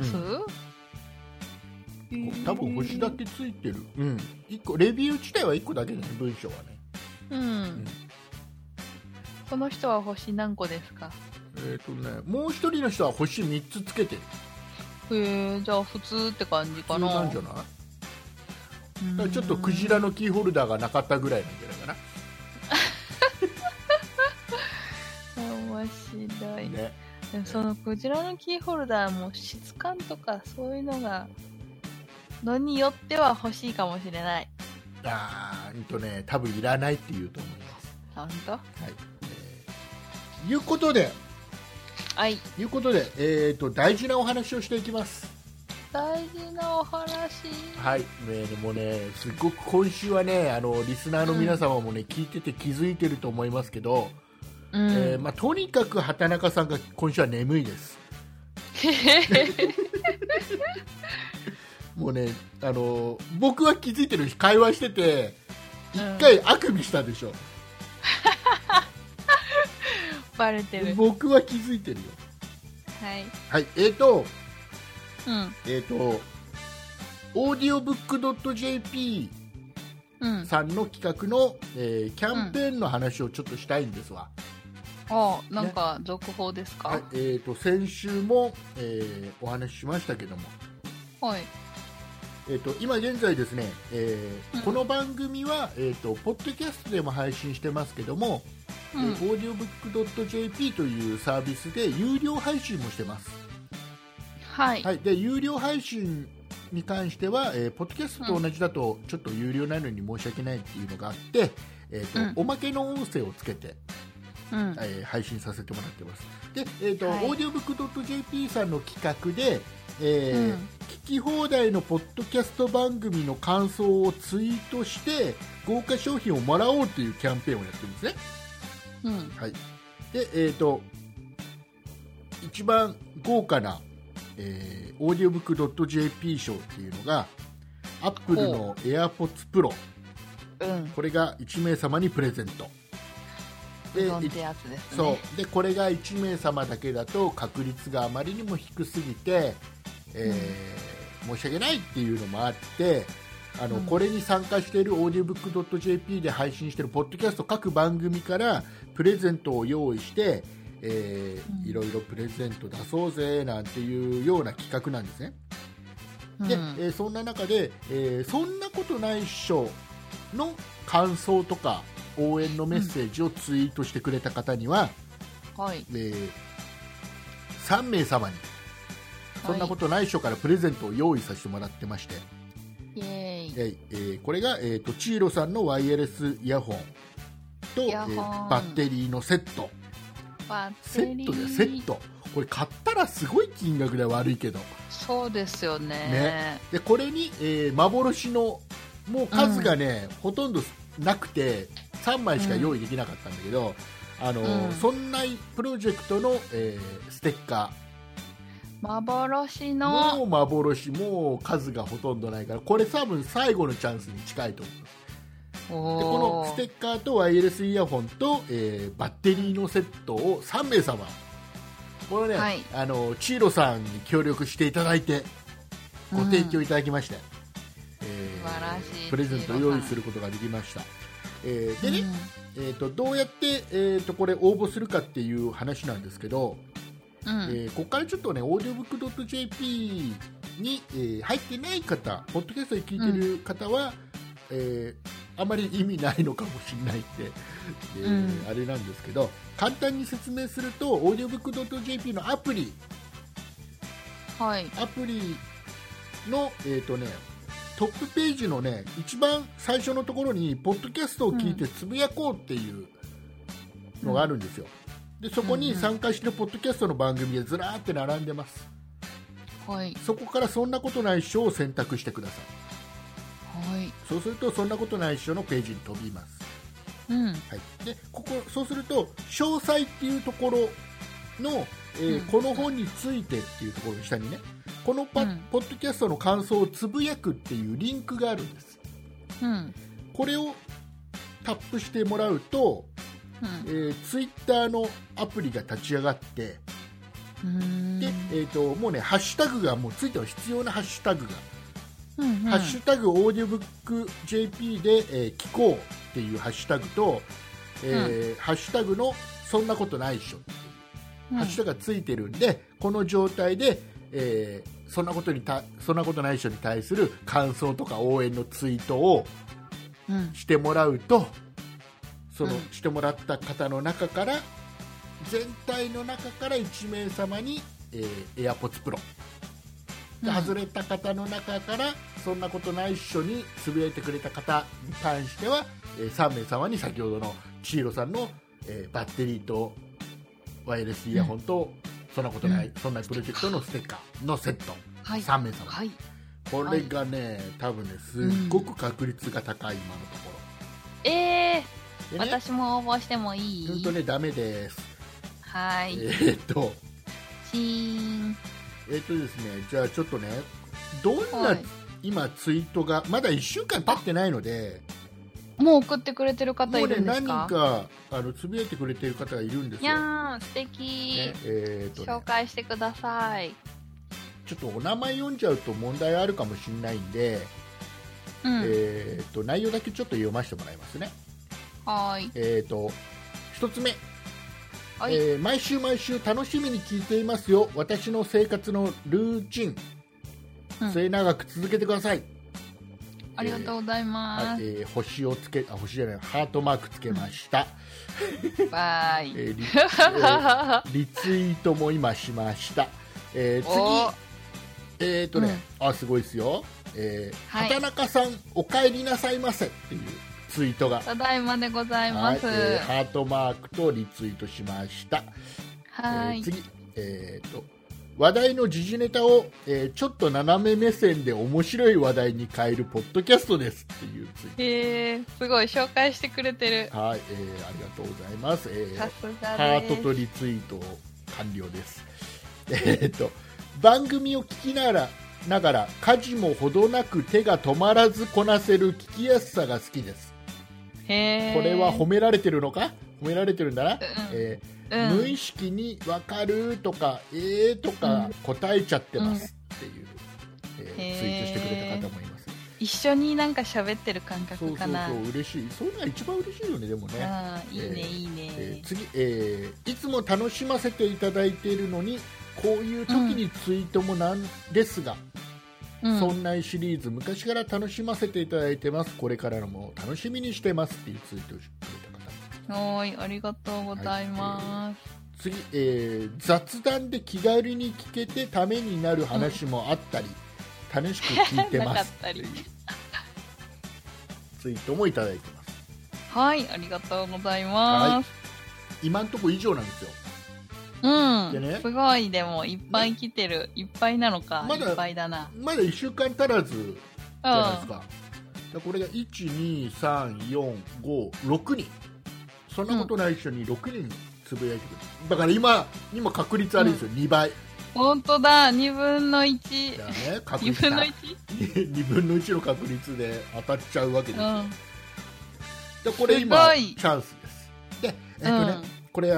多分星だけついてる。1個レビュー自体は1個だけですね、文章はね。 その人は星何個ですか？ もう一人の人は星3つつけてる。 じゃあ普通って感じかな。 普通なんじゃない？だからちょっとクジラのキーホルダーがなかったぐらいなんじゃないかな。 面白いね。 でもそのクジラのキーホルダーも質感とかそういうのがのによっては欲しいかもしれない。 多分いらないって言うと思います。 本当？はい。 いうことで、大事なお話をしていきます。 大事なお話。 はい、もうね、すごく今週はね、リスナーの皆様もね、聞いてて気づいてると思いますけど、とにかく畑中さんが今週は眠いですもうね、僕は気づいてるし、会話してて一回あくびしたでしょ、 バレてる。 僕は気づいてるよ。はい、オーディオブックドット JP さんの企画の、キャンペーンの話をちょっとしたいんですわ。 なんか続報ですか？ 先週も、お話ししましたけども、今現在ですね、この番組は、ポッドキャストでも配信してますけども、オーディオブックドット JP というサービスで有料配信もしてます。で有料配信に関しては、ポッドキャストと同じだとちょっと有料なのに申し訳ないっていうのがあって、おまけの音声をつけて、配信させてもらってます。で、オーディオブックドット JP さんの企画で、聞き放題のポッドキャスト番組の感想をツイートして豪華商品をもらおうというキャンペーンをやってるんですね。で、一番豪華な、オーディオブックドット JP 賞っていうのがアップルの AirPods Pro、これが1名様にプレゼント。 存ってやつですね。 そうでこれが1名様だけだと確率があまりにも低すぎて、申し訳ないっていうのもあってこれに参加している audiobook.jp で配信しているポッドキャスト各番組からプレゼントを用意して、いろいろプレゼント出そうぜなんていうような企画なんですね。で、そんな中で、そんなことないっしょの感想とか応援のメッセージをツイートしてくれた方には、3名様にそんなことないっしょからプレゼントを用意させてもらってまして、 イエーイ。 これが、チーロさんのワイヤレスイヤホンと、バッテリーのセット。セットこれ買ったらすごい金額で悪いけど、 そうですよ ね。 でこれに、幻のもう数がね、ほとんどなくて3枚しか用意できなかったんだけど、そんなプロジェクトの、ステッカー幻のもう幻、もう数がほとんどないからこれ多分最後のチャンスに近いと思います。でこのステッカーとワイヤレスイヤホンと、バッテリーのセットを3名様これね、チーロさんに協力していただいてご提供いただきまして、 素晴らしいプレゼントを用意することができました。でね、どうやって、これ応募するかっていう話なんですけど、ここからちょっとね audiobook.jp に、入ってない方、ポッドキャストで聞いてる方は、あまり意味ないのかもしれないって、あれなんですけど、簡単に説明すると audiobook.jp のアプリ、アプリの、トップページのね一番最初のところにポッドキャストを聞いてつぶやこうっていうのがあるんですよ。でそこに参加しているポッドキャストの番組がずらーって並んでます。そこからそんなことないっしょを選択してください。そうするとそんなことないっしょのページに飛びます。でそうすると詳細っていうところの、この本についてっていうところの下にね、このポッドキャストの感想をつぶやくっていうリンクがあるんです。これをタップしてもらうと、ツイッターのアプリが立ち上がって、で、もうねハッシュタグがもうついては必要なハッシュタグが、ハッシュタグオーディオブック JP で、聞こうっていうハッシュタグと、ハッシュタグのそんなことないっしょっていうハッシュタグがついてるんで、この状態で、そんなことないっしょに対する感想とか応援のツイートをしてもらうと、そのしてもらった方の中から全体の中から1名様に、AirPods Pro で外れた方の中からそんなことないっしょにつぶやいてくれた方に関しては、3名様に先ほどのチーロさんの、バッテリーとワイヤレスイヤホンと、そんなことない、そんなプロジェクトのステッカーのセット、3名様、これがね、多分ねすっごく確率が高い、今のところ。 ね、私も応募してもいい？ ダメです。ですね、じゃあちょっとね、どんな、今ツイートがまだ1週間経ってないので、 もう送ってくれてる方いるんですか？ 何人かつぶやいてくれてる方がいるんですよ。 いやー素敵、紹介してください。 ちょっとお名前読んじゃうと問題あるかもしれないんで、内容だけちょっと読ませてもらいますね。1つ目、毎週毎週楽しみに聞いていますよ。私の生活のルーチン、末永く続けてください。 ありがとうございます。 星をつけ、星じゃない、ハートマークつけました。 バイ。 リツイートも今しました。次、すごいですよ。畑中さん、お帰りなさいませっていうツイートが。 ただいまでございます。 ハートマークとリツイートしました。次、話題の時事ネタを、ちょっと斜め目線で面白い話題に変えるポッドキャストですっていうツイート。 すごい紹介してくれてる。 ありがとうございます。 さすがです。 ハートとリツイート完了です。番組を聞きながら家事もほどなく手が止まらずこなせる聞きやすさが好きです。これは褒められてるのか？ 褒められてるんだな、無意識に分かるとかとか答えちゃってますっていう、ツイートしてくれた方もいます。 一緒になんか喋ってる感覚かな。 そう嬉しい。そういうのが一番嬉しいよね。でもね、 いいねいいね。 次、いつも楽しませていただいているのにこういう時にツイートもなんですが、そんなシリーズ昔から楽しませていただいてます。これからのも楽しみにしてますっていうツイートをしてくれた方。 はい、ありがとうございます。 次、雑談で気軽に聞けてためになる話もあったり、楽しく聞いてますっていうツイートもいただいてます。 はい、ありがとうございます。 今んとこ以上なんですよ。 でね、すごい。でもいっぱい来てる。いっぱいなのか。いっぱいだな。 まだ1週間足らずじゃないですか。これが1、2、3、4、5、6人。そんなことない人に6人つぶやいてくれる。だから今確率あるんですよ、2倍。 本当だ、2分の1。 だね、確率2分の 1? 2分の1の確率で当たっちゃうわけですよ。でこれ今チャンスです。で、これ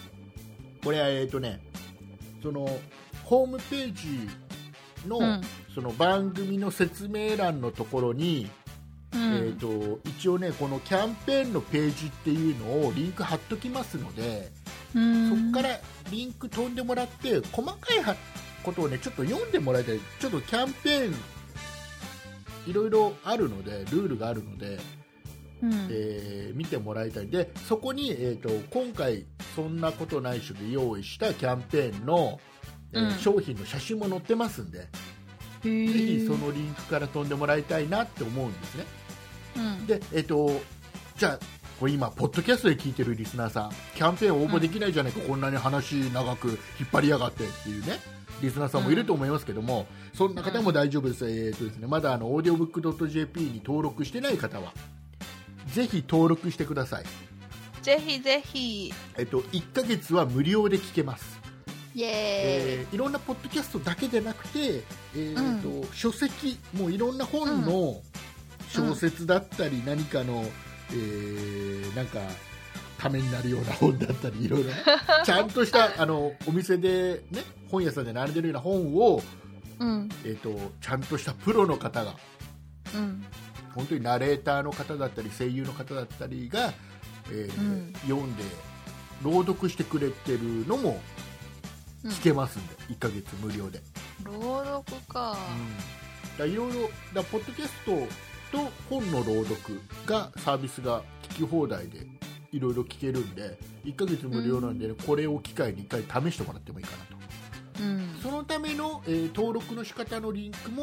そのホームページの、その番組の説明欄のところに、一応ね、このキャンペーンのページっていうのをリンク貼っときますので、そこからリンク飛んでもらって細かいことをねちょっと読んでもらいたい。ちょっとキャンペーンいろいろあるので、ルールがあるので、見てもらいたい。でそこに、今回そんなことないっしょで用意したキャンペーンの、商品の写真も載ってますんで、ぜひそのリンクから飛んでもらいたいなって思うんですね。でじゃあこれ今ポッドキャストで聞いてるリスナーさん、キャンペーン応募できないじゃないか、こんなに話長く引っ張りやがってっていうねリスナーさんもいると思いますけども、そんな方も大丈夫です。ですね、まだaudiobook.jp に登録してない方はぜひ登録してください。 ぜひぜひ。 1ヶ月は無料で聞けます。 イエーイ。 いろんなポッドキャストだけでなくて、書籍もういろんな本の小説だったり、何かの、なんかためになるような本だったり、いろいろちゃんとしたお店で、ね、本屋さんで並んでるような本を、ちゃんとしたプロの方が、本当にナレーターの方だったり声優の方だったりが、読んで朗読してくれてるのも聞けますんで、1ヶ月無料で。 朗読か。 いろいろだ、ポッドキャストと本の朗読がサービスが聞き放題でいろいろ聞けるんで、1ヶ月無料なんで、これを機会に1回試してもらってもいいかなと。そのための、登録の仕方のリンクも、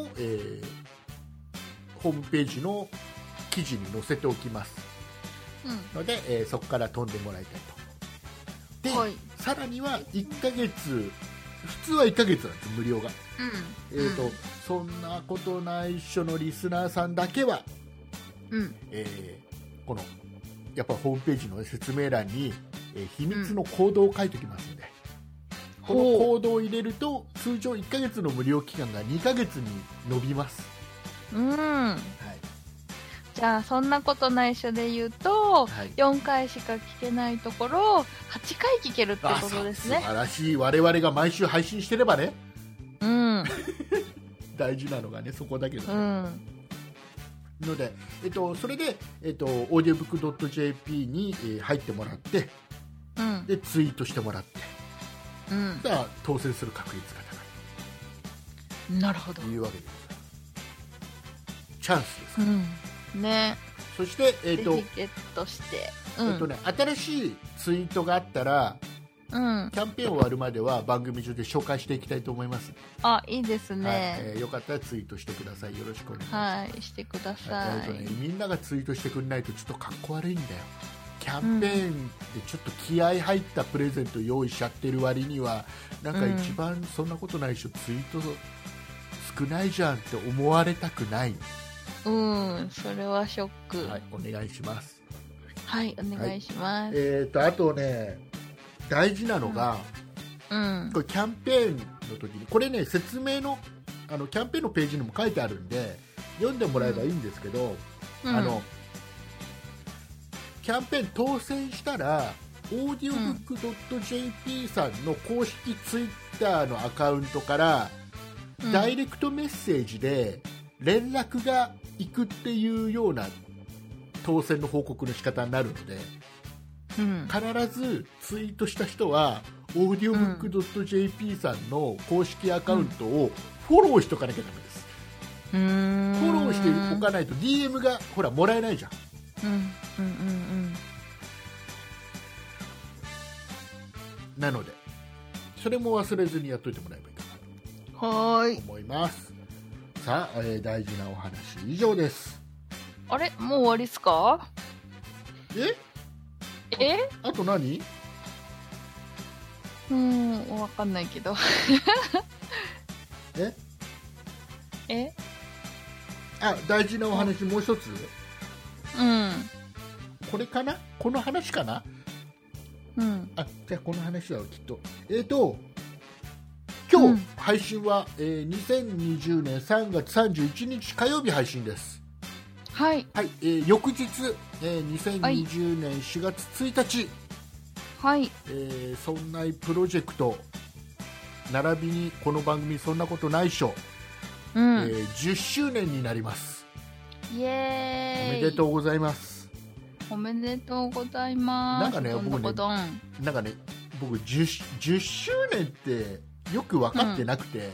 ホームページの記事に載せておきますので、そこから飛んでもらいたいと。で、さらには1ヶ月、普通は1ヶ月なんです無料が。そんなことないっしょのリスナーさんだけは、このやっぱホームページの説明欄に、秘密のコードを書いておきますので、このコードを入れると通常1ヶ月の無料期間が2ヶ月に伸びます。 じゃあそんなことないっしょで言うと、4回しか聞けないところ8回聞けるってことですね。 素晴らしい。我々が毎週配信してればね、大事なのがねそこだけどね、ので、それで、audiobook.jp に、入ってもらって、でツイートしてもらって、じゃあ当選する確率が高い。 なるほど。 いうわけです。チャンスですから、 ね。 そして、 ぜひゲットして、 新しいツイートがあったら、キャンペーン終わるまでは番組上で紹介していきたいと思います。 いいですね。 よかったらツイートしてください。よろしくお願いします。 してください。 みんながツイートしてくれないとちょっとかっこ悪いんだよ。キャンペーンでちょっと気合い入ったプレゼント用意しちゃってる割には、なんか一番そんなことないでしょ、ツイート少ないじゃんって思われたくない。 それはショック。 お願いします。 お願いします。 あとね、大事なのが、これキャンペーンの時に、これね説明のキャンペーンのページにも書いてあるんで読んでもらえばいいんですけど、 キャンペーン当選したらオーディオブックドット JP さんの公式ツイッターのアカウントから、ダイレクトメッセージで連絡が行くっていうような当選の報告の仕方になるので、必ずツイートした人はオーディオブックドット JP さんの公式アカウントをフォローしとかなきゃダメです。フォローしておかないと DM がほらもらえないじゃん。なのでそれも忘れずにやっといてもらえばいいかなと思います。さあ、大事なお話以上です。 あれ、もう終わりっすか？ あと何？ わかんないけど大事なお話もう一つ。これかな？この話かな？じゃあこの話はきっと今日、配信は、2020年3月31日火曜日配信です。 はい、 翌日、2020年4月1日、そんないプロジェクト並びにこの番組そんなことないっしょ、10周年になります。 イエーイ、 おめでとうございます。 おめでとうございます。 なんかね、僕 10周年ってよく分かってなくて、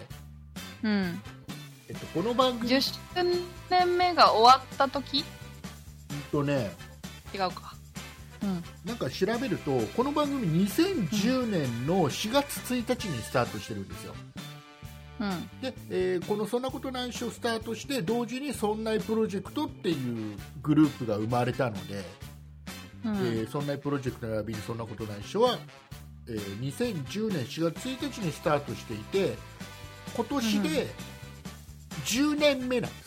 この番組 10周年目が終わった時？違うか。 なんか調べるとこの番組2010年の4月1日にスタートしてるんですよ。で、このそんなことないっしょスタートして同時にそんないプロジェクトっていうグループが生まれたので、そんないプロジェクト並びにそんなことないっしょは、2010年4月1日にスタートしていて、今年で10年目なんです。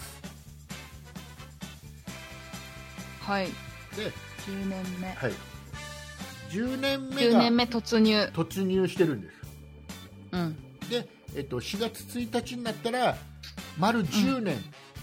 はい。 で、 10年目。 はい。10年目 10年目突入してるんです。で、4月1日になったら丸10年、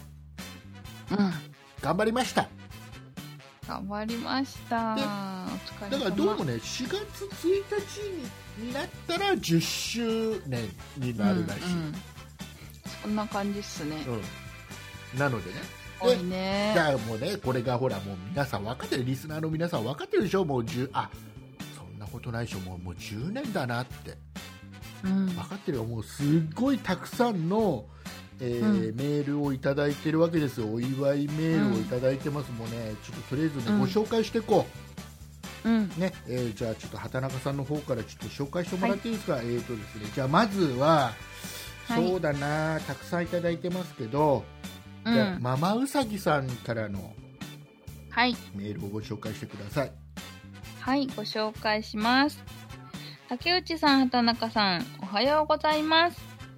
頑張りました。 頑張りました。お疲れ様。 だからどうもね、4月1日になったら10周年になるらしい。 そんな感じっすね。 なのでね。 すごいね。 だからもうね、これがほらもう皆さん分かってる、リスナーの皆さん分かってるでしょ。もうそんなことないでしょ。もう10年だなって。分かってるよ。もうすっごいたくさんの、メールをいただいてるわけですよ。お祝いメールをいただいてます。もうね、ちょっととりあえずね、ご紹介していこう。ね、じゃあちょっと畑中さんの方からちょっと紹介してもらっていいですか。ですね、じゃあまずは、そうだな、たくさんいただいてますけど、じゃあママウサギさんからのメールをご紹介してください。 はい、ご紹介します。竹内さん、畑中さん、おはようございます。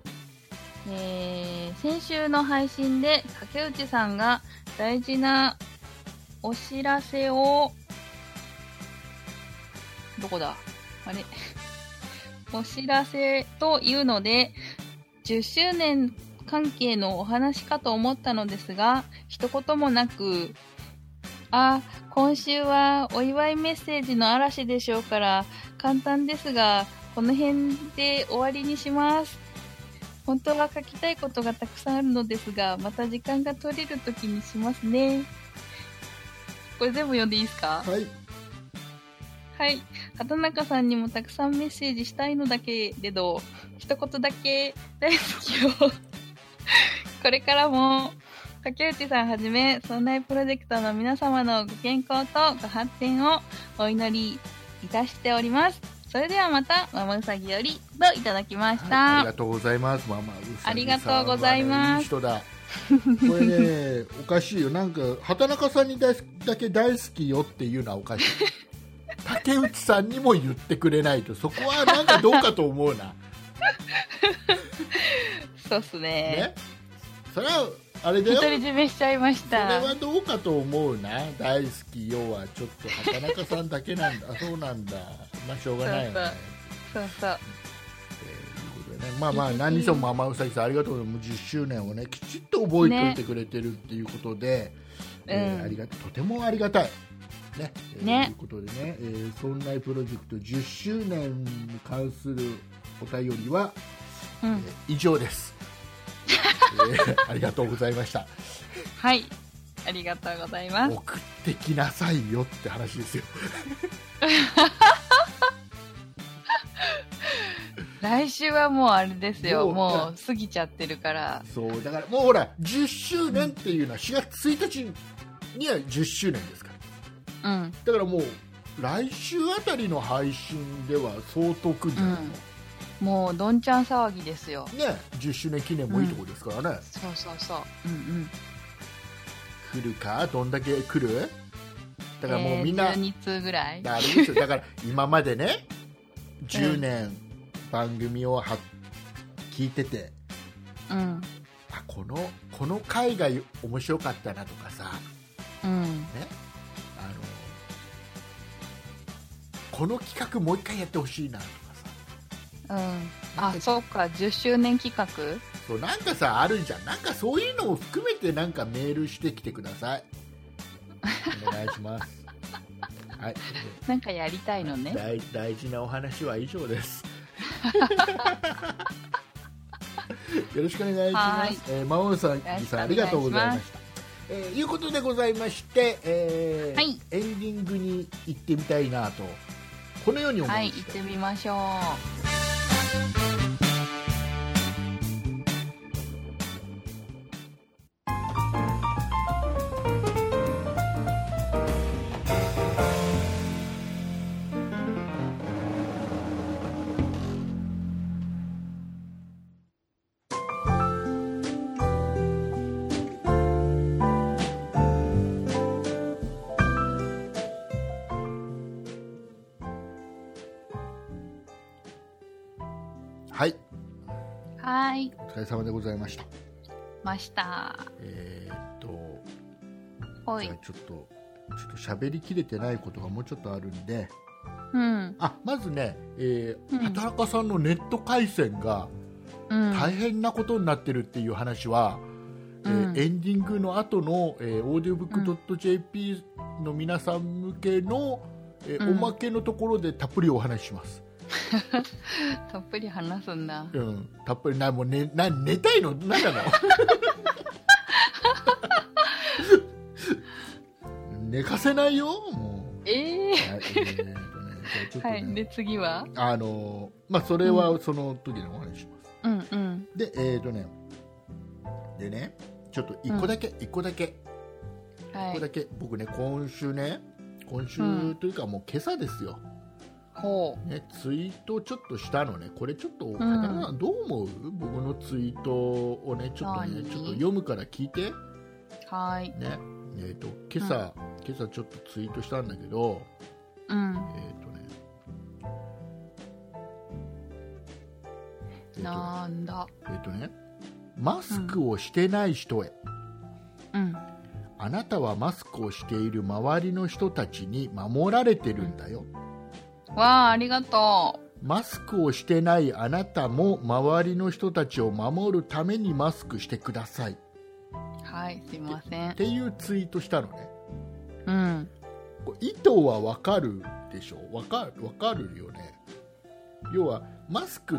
先週の配信で竹内さんが大事なお知らせをお知らせというので10周年関係のお話かと思ったのですが、一言もなく、今週はお祝いメッセージの嵐でしょうから簡単ですがこの辺で終わりにします。本当は書きたいことがたくさんあるのですが、また時間が取れるときにしますね。これ全部読んでいいですか？はい。畑中さんにもたくさんメッセージしたいのだけれど、一言だけ大好きをこれからも竹内さんはじめ、そんなプロジェクトの皆様のご健康とご発展をお祈りいたしております。それではまた、ママウサギよりといただきました。 ありがとうございます。ママウサギさん、 ありがとうございます。 いい人だ。これね、おかしいよ。なんか、畑中さんにだけ大好きよっていうのはおかしい。竹内さんにも言ってくれないと、そこはなんかどうかと思うな。 そうっすね。 それは、あれだよ。 独り占めしちゃいました。 それはどうかと思うな。大好きよはちょっと畑中さんだけなんだ。そうなんだ。まあしょうがないよね。 そうそう。 まあまあ何にしてもママウサギさんありがとうございます。10周年をねきちっと覚えておいてくれてるっていうことで、とてもありがたい。 ねということでね、そんなプロジェクト10周年に関するお便りは、以上です、ありがとうございました。 はい、ありがとうございます。 送ってきなさいよって話ですよ来週はもうあれですよ、もう過ぎちゃってるから。 そうだからもうほら10周年っていうのは4月1日には10周年ですから、だからもう来週あたりの配信では相当くんじゃないの、 もうどんちゃん騒ぎですよね。10周年記念もいいとこですからね、 そうそうそう、 来るか、どんだけ来る、だからもうみんな、 12通ぐらいだから今までね10年番組を聞いてて、あ、この回が面白かったなとかさ、ね、この企画もう一回やってほしいなとかさ、 あ、そうか、10周年企画、 そうなんかさあるじゃん、なんかそういうのを含めてなんかメールしてきてくださいお願いしますはい、 なんかやりたいのね。 大事なお話は以上ですよろしくお願いします。魔王さん、ありがとうございました。いうことでございまして、エンディングに行ってみたいなとこのように思いました。 行ってみましょう。 はい、お疲れ様でございました。 じゃあちょっと喋りきれてないことがもうちょっとあるんで、まずね、畑中さんのネット回線が大変なことになってるっていう話は、エンディングの後の、オーディオブック .jp の皆さん向けの、おまけのところでたっぷりお話ししますたっぷり話すんだ。 たっぷりもう寝たいの何なの寝かせないよもう。 はい、で次はそれはその時のお話します。ででね、ちょっと一個だけ僕ね、今週というかもう今朝ですよ、ツイートちょっとしたのね。これちょっと、どう思う？僕のツイートをね、ちょっと読むから聞いて。 はい。 ね、今朝ちょっとツイートしたんだけど、 なんだ。 マスクをしてない人へ。あなたはマスクをしている周りの人たちに守られてるんだよ。 わあ、ありがとう。マスクをしてないあなたも周りの人たちを守るためにマスクしてください。 はい、すいません。 っていうツイートしたのね。意図はわかるでしょ。わかるよね。要はマスクって、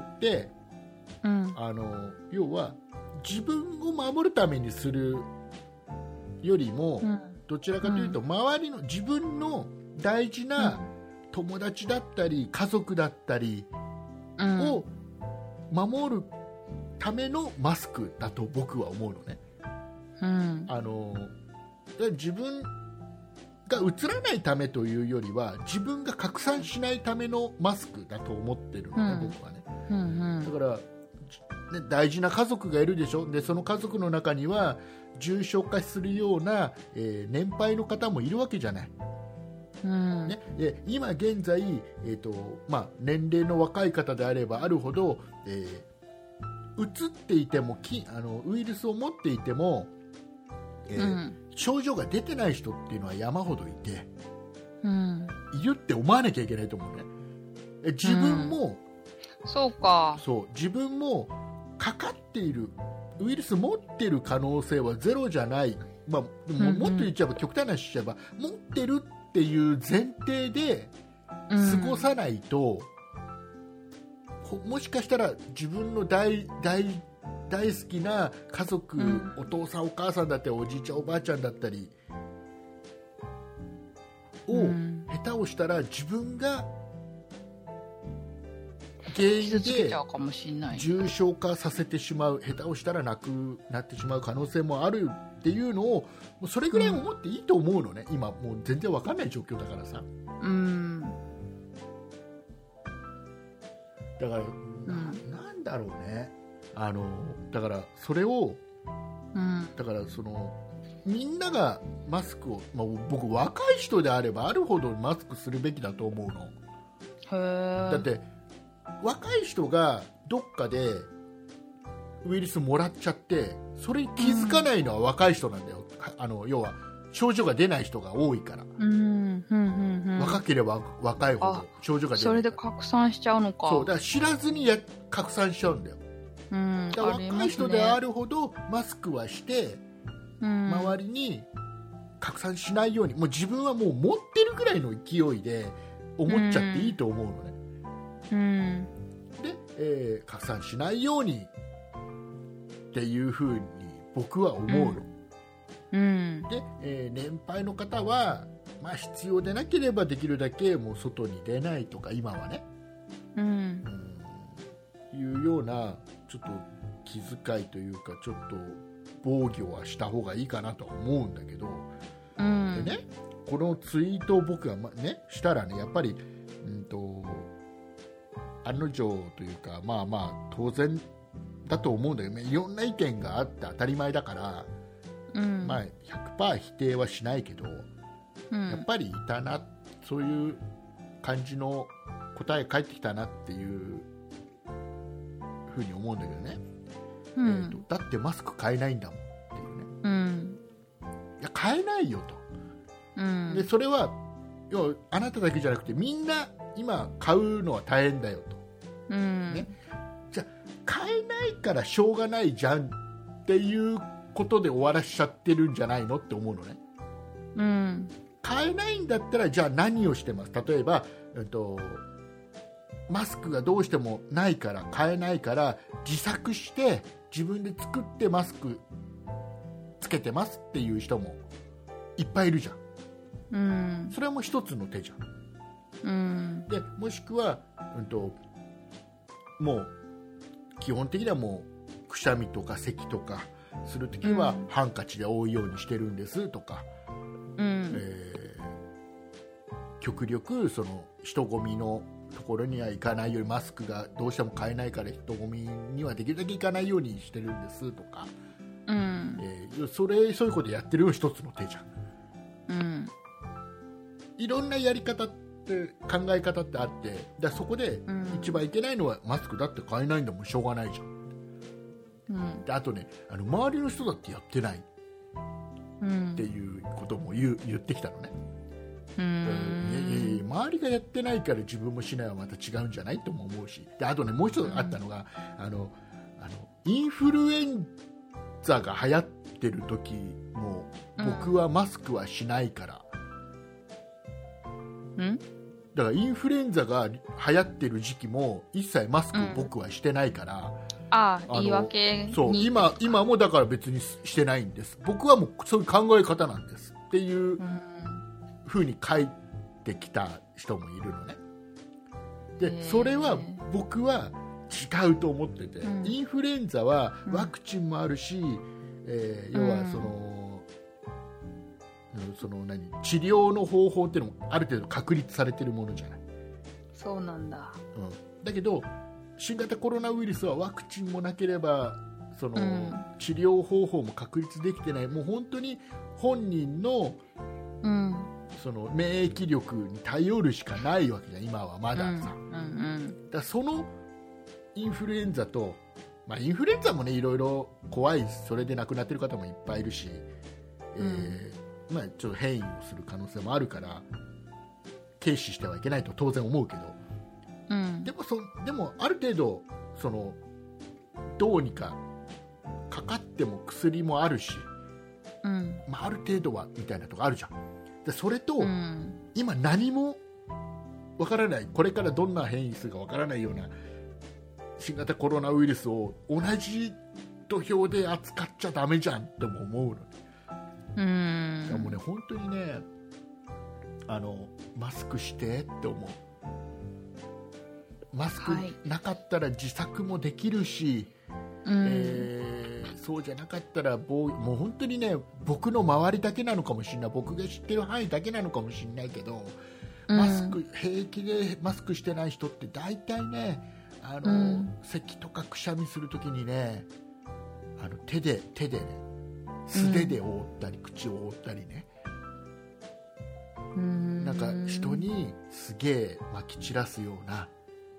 要は自分を守るためにするよりも、どちらかというと、周りの自分の大事な、友達だったり家族だったりを守るためのマスクだと僕は思うのね。自分がうつらないためというよりは自分が拡散しないためのマスクだと思ってるのね、僕はね。だから、ね、大事な家族がいるでしょ。でその家族の中には重症化するような、年配の方もいるわけじゃない。で今現在、年齢の若い方であればあるほど、うつっていてもウイルスを持っていても、症状が出てない人っていうのは山ほどいて、いるって思わなきゃいけないと思うね。自分も、自分もかかっているウイルス持ってる可能性はゼロじゃない、でももっと言っちゃえば、極端な話しちゃえば持ってるっっていう前提で過ごさないと、もしかしたら自分の大好きな家族、お父さんお母さんだったりおじいちゃんおばあちゃんだったりを、下手をしたら自分が原因で重症化させてしまう、下手をしたら亡くなってしまう可能性もあるっていうのをもうそれぐらい思っていいと思うのね、今もう全然わかんない状況だからさ、だから、なんだろうね、だからそれを、だからそのみんながマスクを、僕若い人であればあるほどマスクするべきだと思うの。だって若い人がどっかでウイルスもらっちゃってそれに気づかないのは若い人なんだよ、要は症状が出ない人が多いから、若ければ若いほど症状が出ないから、 それで拡散しちゃうのか。 そうだから知らずに拡散しちゃうんだよ、だから若い人であるほどマスクはして、周りに拡散しないように、もう自分はもう持ってるぐらいの勢いで思っちゃっていいと思うのね、で、拡散しないようにっていうふうに僕は思うの、で、年配の方は、必要でなければできるだけもう外に出ないとか今はね、いうようなちょっと気遣いというかちょっと防御はした方がいいかなとは思うんだけど、でね、このツイートを僕が、したらね、やっぱり、案の定というか、当然だと思うんだけどね、いろんな意見があって当たり前だから、100% 否定はしないけど、やっぱりいたな、そういう感じの答え返ってきたなっていうふうに思うんだけどね、だってマスク買えないんだもんっていうね、いや買えないよと、でそれは要はあなただけじゃなくてみんな今買うのは大変だよと、ね、じゃあ買えないからしょうがないじゃんっていうことで終わらしちゃってるんじゃないのって思うのね、買えないんだったらじゃあ何をしてます、例えば、マスクがどうしてもないから買えないから自作して自分で作ってマスクつけてますっていう人もいっぱいいるじゃん、それも一つの手じゃん、でもしくは、もう基本的にはもうくしゃみとか咳とかするときはハンカチで覆うようにしてるんですとか、極力その人混みのところには行かないように、マスクがどうしても買えないから人混みにはできるだけ行かないようにしてるんですとか、そういうことやってるよ一つの手じゃん、いろんなやり方って考え方ってあって、そこで一番いけないのはマスクだって買えないんだもんしょうがないじゃん、であとね、周りの人だってやってないっていうことも言ってきたのね、周りがやってないから自分もしないはまた違うんじゃないとも思うし、であとねもう一つあったのが、インフルエンザが流行ってる時も僕はマスクはしないから、だからインフルエンザが流行ってる時期も一切マスクを僕はしてないから、 言い訳にそう今もだから別にしてないんです、僕はもうそういう考え方なんですっていう風に書いてきた人もいるのね。でそれは僕は違うと思ってて、インフルエンザはワクチンもあるし、要は治療の方法っていうのもある程度確立されてるものじゃない。 そうなんだ、 だけど新型コロナウイルスはワクチンもなければ治療方法も確立できてない、もう本当に本人の、その免疫力に頼るしかないわけじゃん今はまださ、だからそのインフルエンザと、インフルエンザもねいろいろ怖い、それで亡くなってる方もいっぱいいるし、ちょっと変異をする可能性もあるから軽視してはいけないと当然思うけど、でもある程度どうにかかかっても薬もあるし、ある程度はみたいなとこあるじゃん。 でそれと、 うん、 今何もわからない、これからどんな変異するかわからないような新型コロナウイルスを同じ土俵で扱っちゃダメじゃんっても思うの。 うん、 もうね、本当にね、マスクしてって思う。マスクなかったら自作もできるし、そうじゃなかったらもう本当にね、僕の周りだけなのかもしれない、僕が知ってる範囲だけなのかもしれないけど、マスク平気でマスクしてない人って大体ね、咳とかくしゃみするときにね、手でね、素手で覆ったり、口を覆ったりね、なんか人にすげえまき散らすような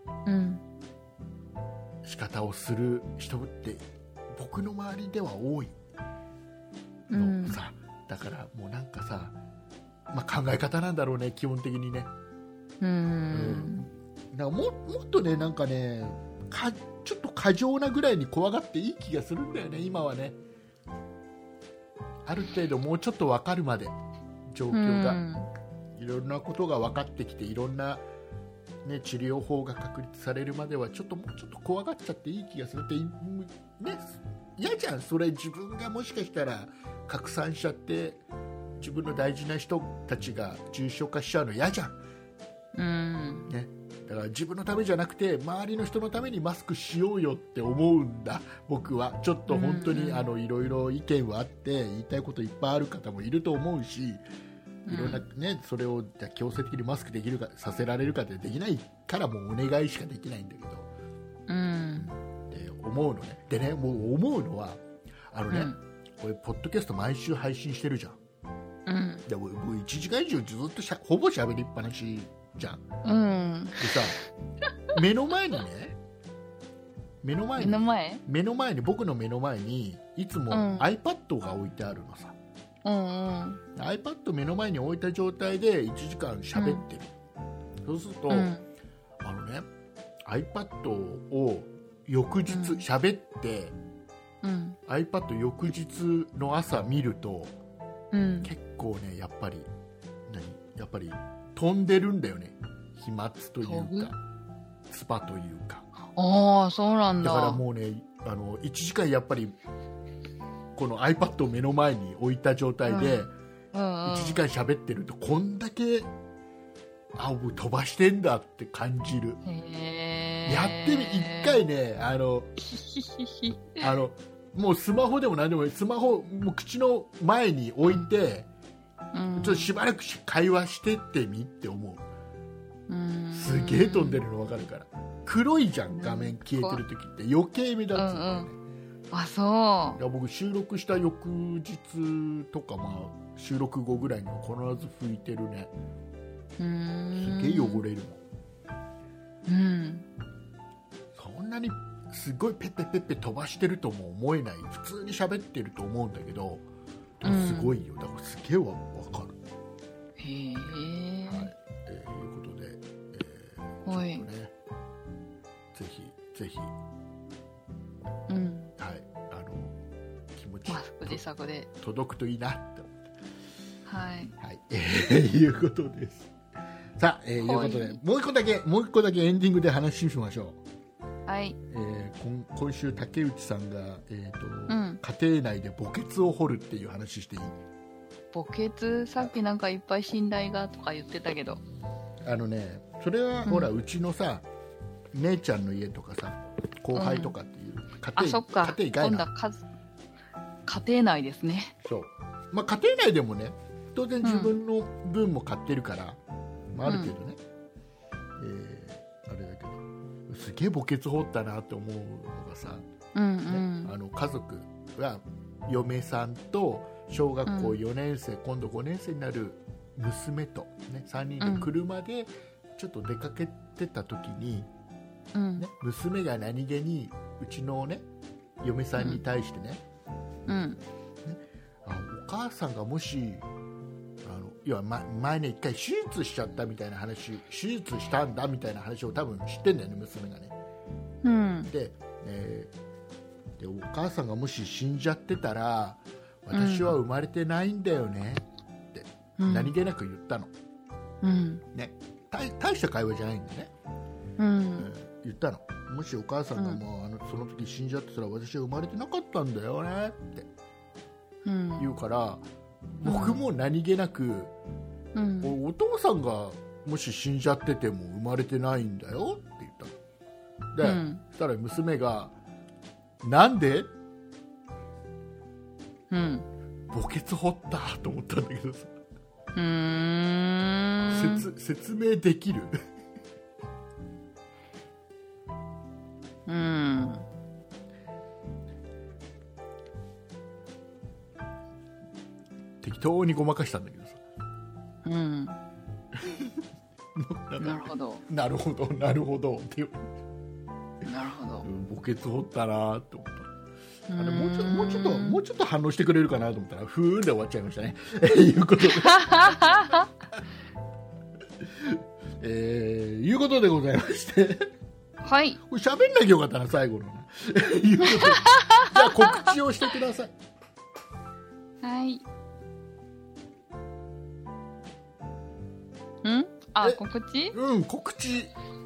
仕方をする人って僕の周りでは多いのさ、だからもうなんかさ、考え方なんだろうね、基本的にね。なんかもっとね、なんかね、ちょっと過剰なぐらいに怖がっていい気がするんだよね、今はね。ある程度もうちょっと分かるまで、状況が、いろんなことが分かってきて、いろんな、ね、治療法が確立されるまではもうちょっと怖がっちゃっていい気がするって、ね、嫌じゃん、それ。自分がもしかしたら拡散しちゃって自分の大事な人たちが重症化しちゃうの嫌じゃん、ね、だから自分のためじゃなくて周りの人のためにマスクしようよって思うんだ、僕は。ちょっと本当にいろいろ意見はあって言いたいこといっぱいある方もいると思うし、いろんなね、それをじゃ強制的にマスクできるかさせられるかってできないからもうお願いしかできないんだけど、って思うのね。でね、もう思うのはこれポッドキャスト毎週配信してるじゃん。でも1時間以上ずっとほぼ喋りっぱなしじゃん。でさ、目の前に僕の目の前にいつも iPad が置いてあるのさ。iPad 目の前に置いた状態で1時間喋ってる、そうすると、iPad を翌日喋って、iPad 翌日の朝見ると、結構ね、やっぱり飛んでるんだよね、飛沫というか唾というか。 ああ、そうなんだ。 だからもうね、1時間やっぱりこの iPad を目の前に置いた状態で1時間喋ってると、こんだけ飛ばしてんだって感じる。やってみ、一回ね、もうスマホでも何でもいい、スマホもう口の前に置いて、ちょっとしばらく会話してってみって思う。すげえ飛んでるの分かるから。黒いじゃん、画面消えてる時って余計目立つんだよね。 あ、そう。 いや、僕収録した翌日とか、収録後ぐらいには必ず拭いてるね。すげえ汚れるもん。そんなにすごいペッペッペ飛ばしてるとも思えない、普通に喋ってると思うんだけど、でもすごいよ、だからすげえわかる。 へえ。 はい、いうことで、ちょっとね、ぜひ、はい、気持ちマスク自作で届くといいなって思って、 はい 、いうことです。さあ、いうことでもう一個だけエンディングで話しましょう。 はい。 今週竹内さんが、家庭内で墓穴を掘るっていう話していい？ 墓穴、さっきなんかいっぱい信頼がとか言ってたけど、 それは、ほら、うちのさ姉ちゃんの家とかさ後輩とかっていうあ、そっか、 家庭外な、 家庭内ですね。 そう、家庭内でもね、当然自分の分も買ってるから、ある程度ね、あれだけど、すげえ墓穴掘ったなって思うのがさ、家族が嫁さんと小学校4年生、今度5年生になる娘と、ね、3人で車でちょっと出かけてた時に、娘が何気にうちのね嫁さんに対してね、お母さんがもし前ね一回手術しちゃったみたいな話、手術したんだみたいな話を多分知ってんだよね、娘がね。で、お母さんがもし死んじゃってたら私は生まれてないんだよねって何気なく言ったの、ね、大した会話じゃないんでね、言ったの。もしお母さんがもう、その時死んじゃってたら私は生まれてなかったんだよねって言うから、僕も何気なく、お父さんがもし死んじゃってても生まれてないんだよって言ったの。で、そしたら娘がなんで、墓穴掘ったと思ったんだけどさ、説明できる適当にごまかしたんだけどさ、 なるほどなるほどなるほどってなるほど、 墓穴掘ったなと思った。もうちょっと反応してくれるかなと思ったらふーんで終わっちゃいましたねいうことでいうことでございましてはい、 これ喋んなきゃよかったな最後のいうことでじゃあ告知をしてください。 はい。告知？ 告知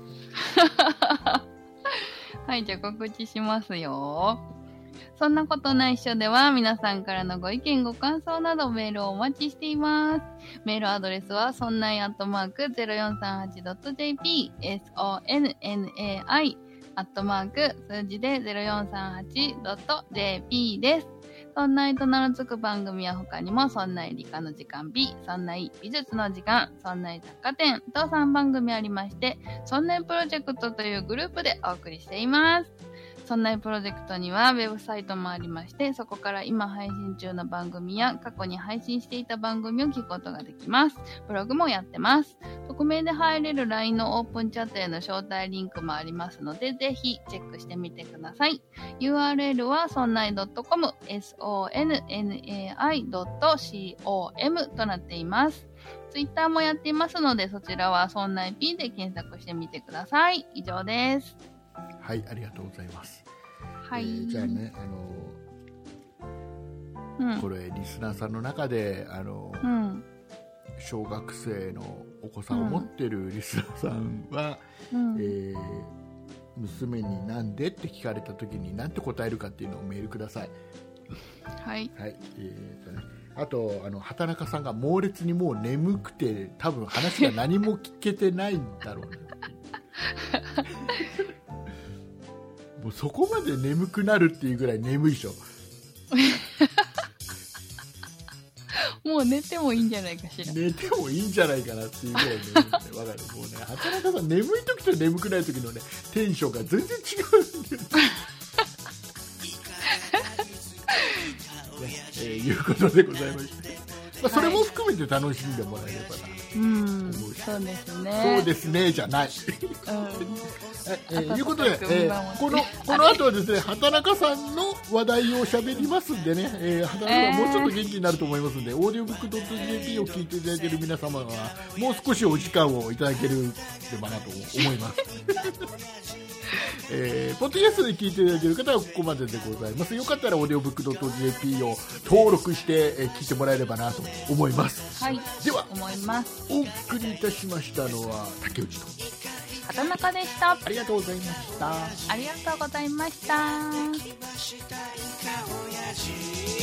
はい、じゃあ告知しますよ。そんなことないっしょでは皆さんからのご意見ご感想などメールをお待ちしています。メールアドレスはそんない @0438.jp sonnai 数字で 0438.jp です。そんないと名の付く番組は他にもそんない理科の時間 B、そんない美術の時間、そんない雑貨店と3番組ありまして、そんないプロジェクトというグループでお送りしています。そんないプロジェクトにはウェブサイトもありまして、そこから今配信中の番組や過去に配信していた番組を聞くことができます。ブログもやってます。匿名で入れる LINE のオープンチャットへの招待リンクもありますので、ぜひチェックしてみてください。URL はそんない .com sonnai.com となっています。Twitter もやっていますので、そちらはそんない P で検索してみてください。以上です。 はい、ありがとうございます。 はい、 じゃあね、これリスナーさんの中で小学生のお子さんを持ってるリスナーさんは、娘になんでって聞かれた時に何て答えるかっていうのをメールください。 はい、 はい。あと畑中さんが猛烈にもう眠くて多分話が何も聞けてないんだろうねもうそこまで眠くなるっていうぐらい眠いでしょもう寝てもいいんじゃないかしら。 寝てもいいんじゃないかなっていうぐらい眠いんで、わかる。もうね、畑中さん眠い時と眠くない時のねテンションが全然違うんだよいうことでございまして、それも含めて楽しんでもらえればな。 そうですね。 そうですねじゃない。いうことで、この後はですね、畑中さんの話題を喋りますんでね、畑中さんもうちょっと元気になると思いますんで、オーディオブック .jp を聞いていただいている皆様はもう少しお時間をいただければなと思います。ポッドキャストで聞いていただいている方はここまででございます。よかったらオーディオブック .jp を登録して、聞いてもらえればなと思います。 はい。 では思います。 お送りいたしましたのは竹内と畑中でした。 ありがとうございました。 ありがとうございました。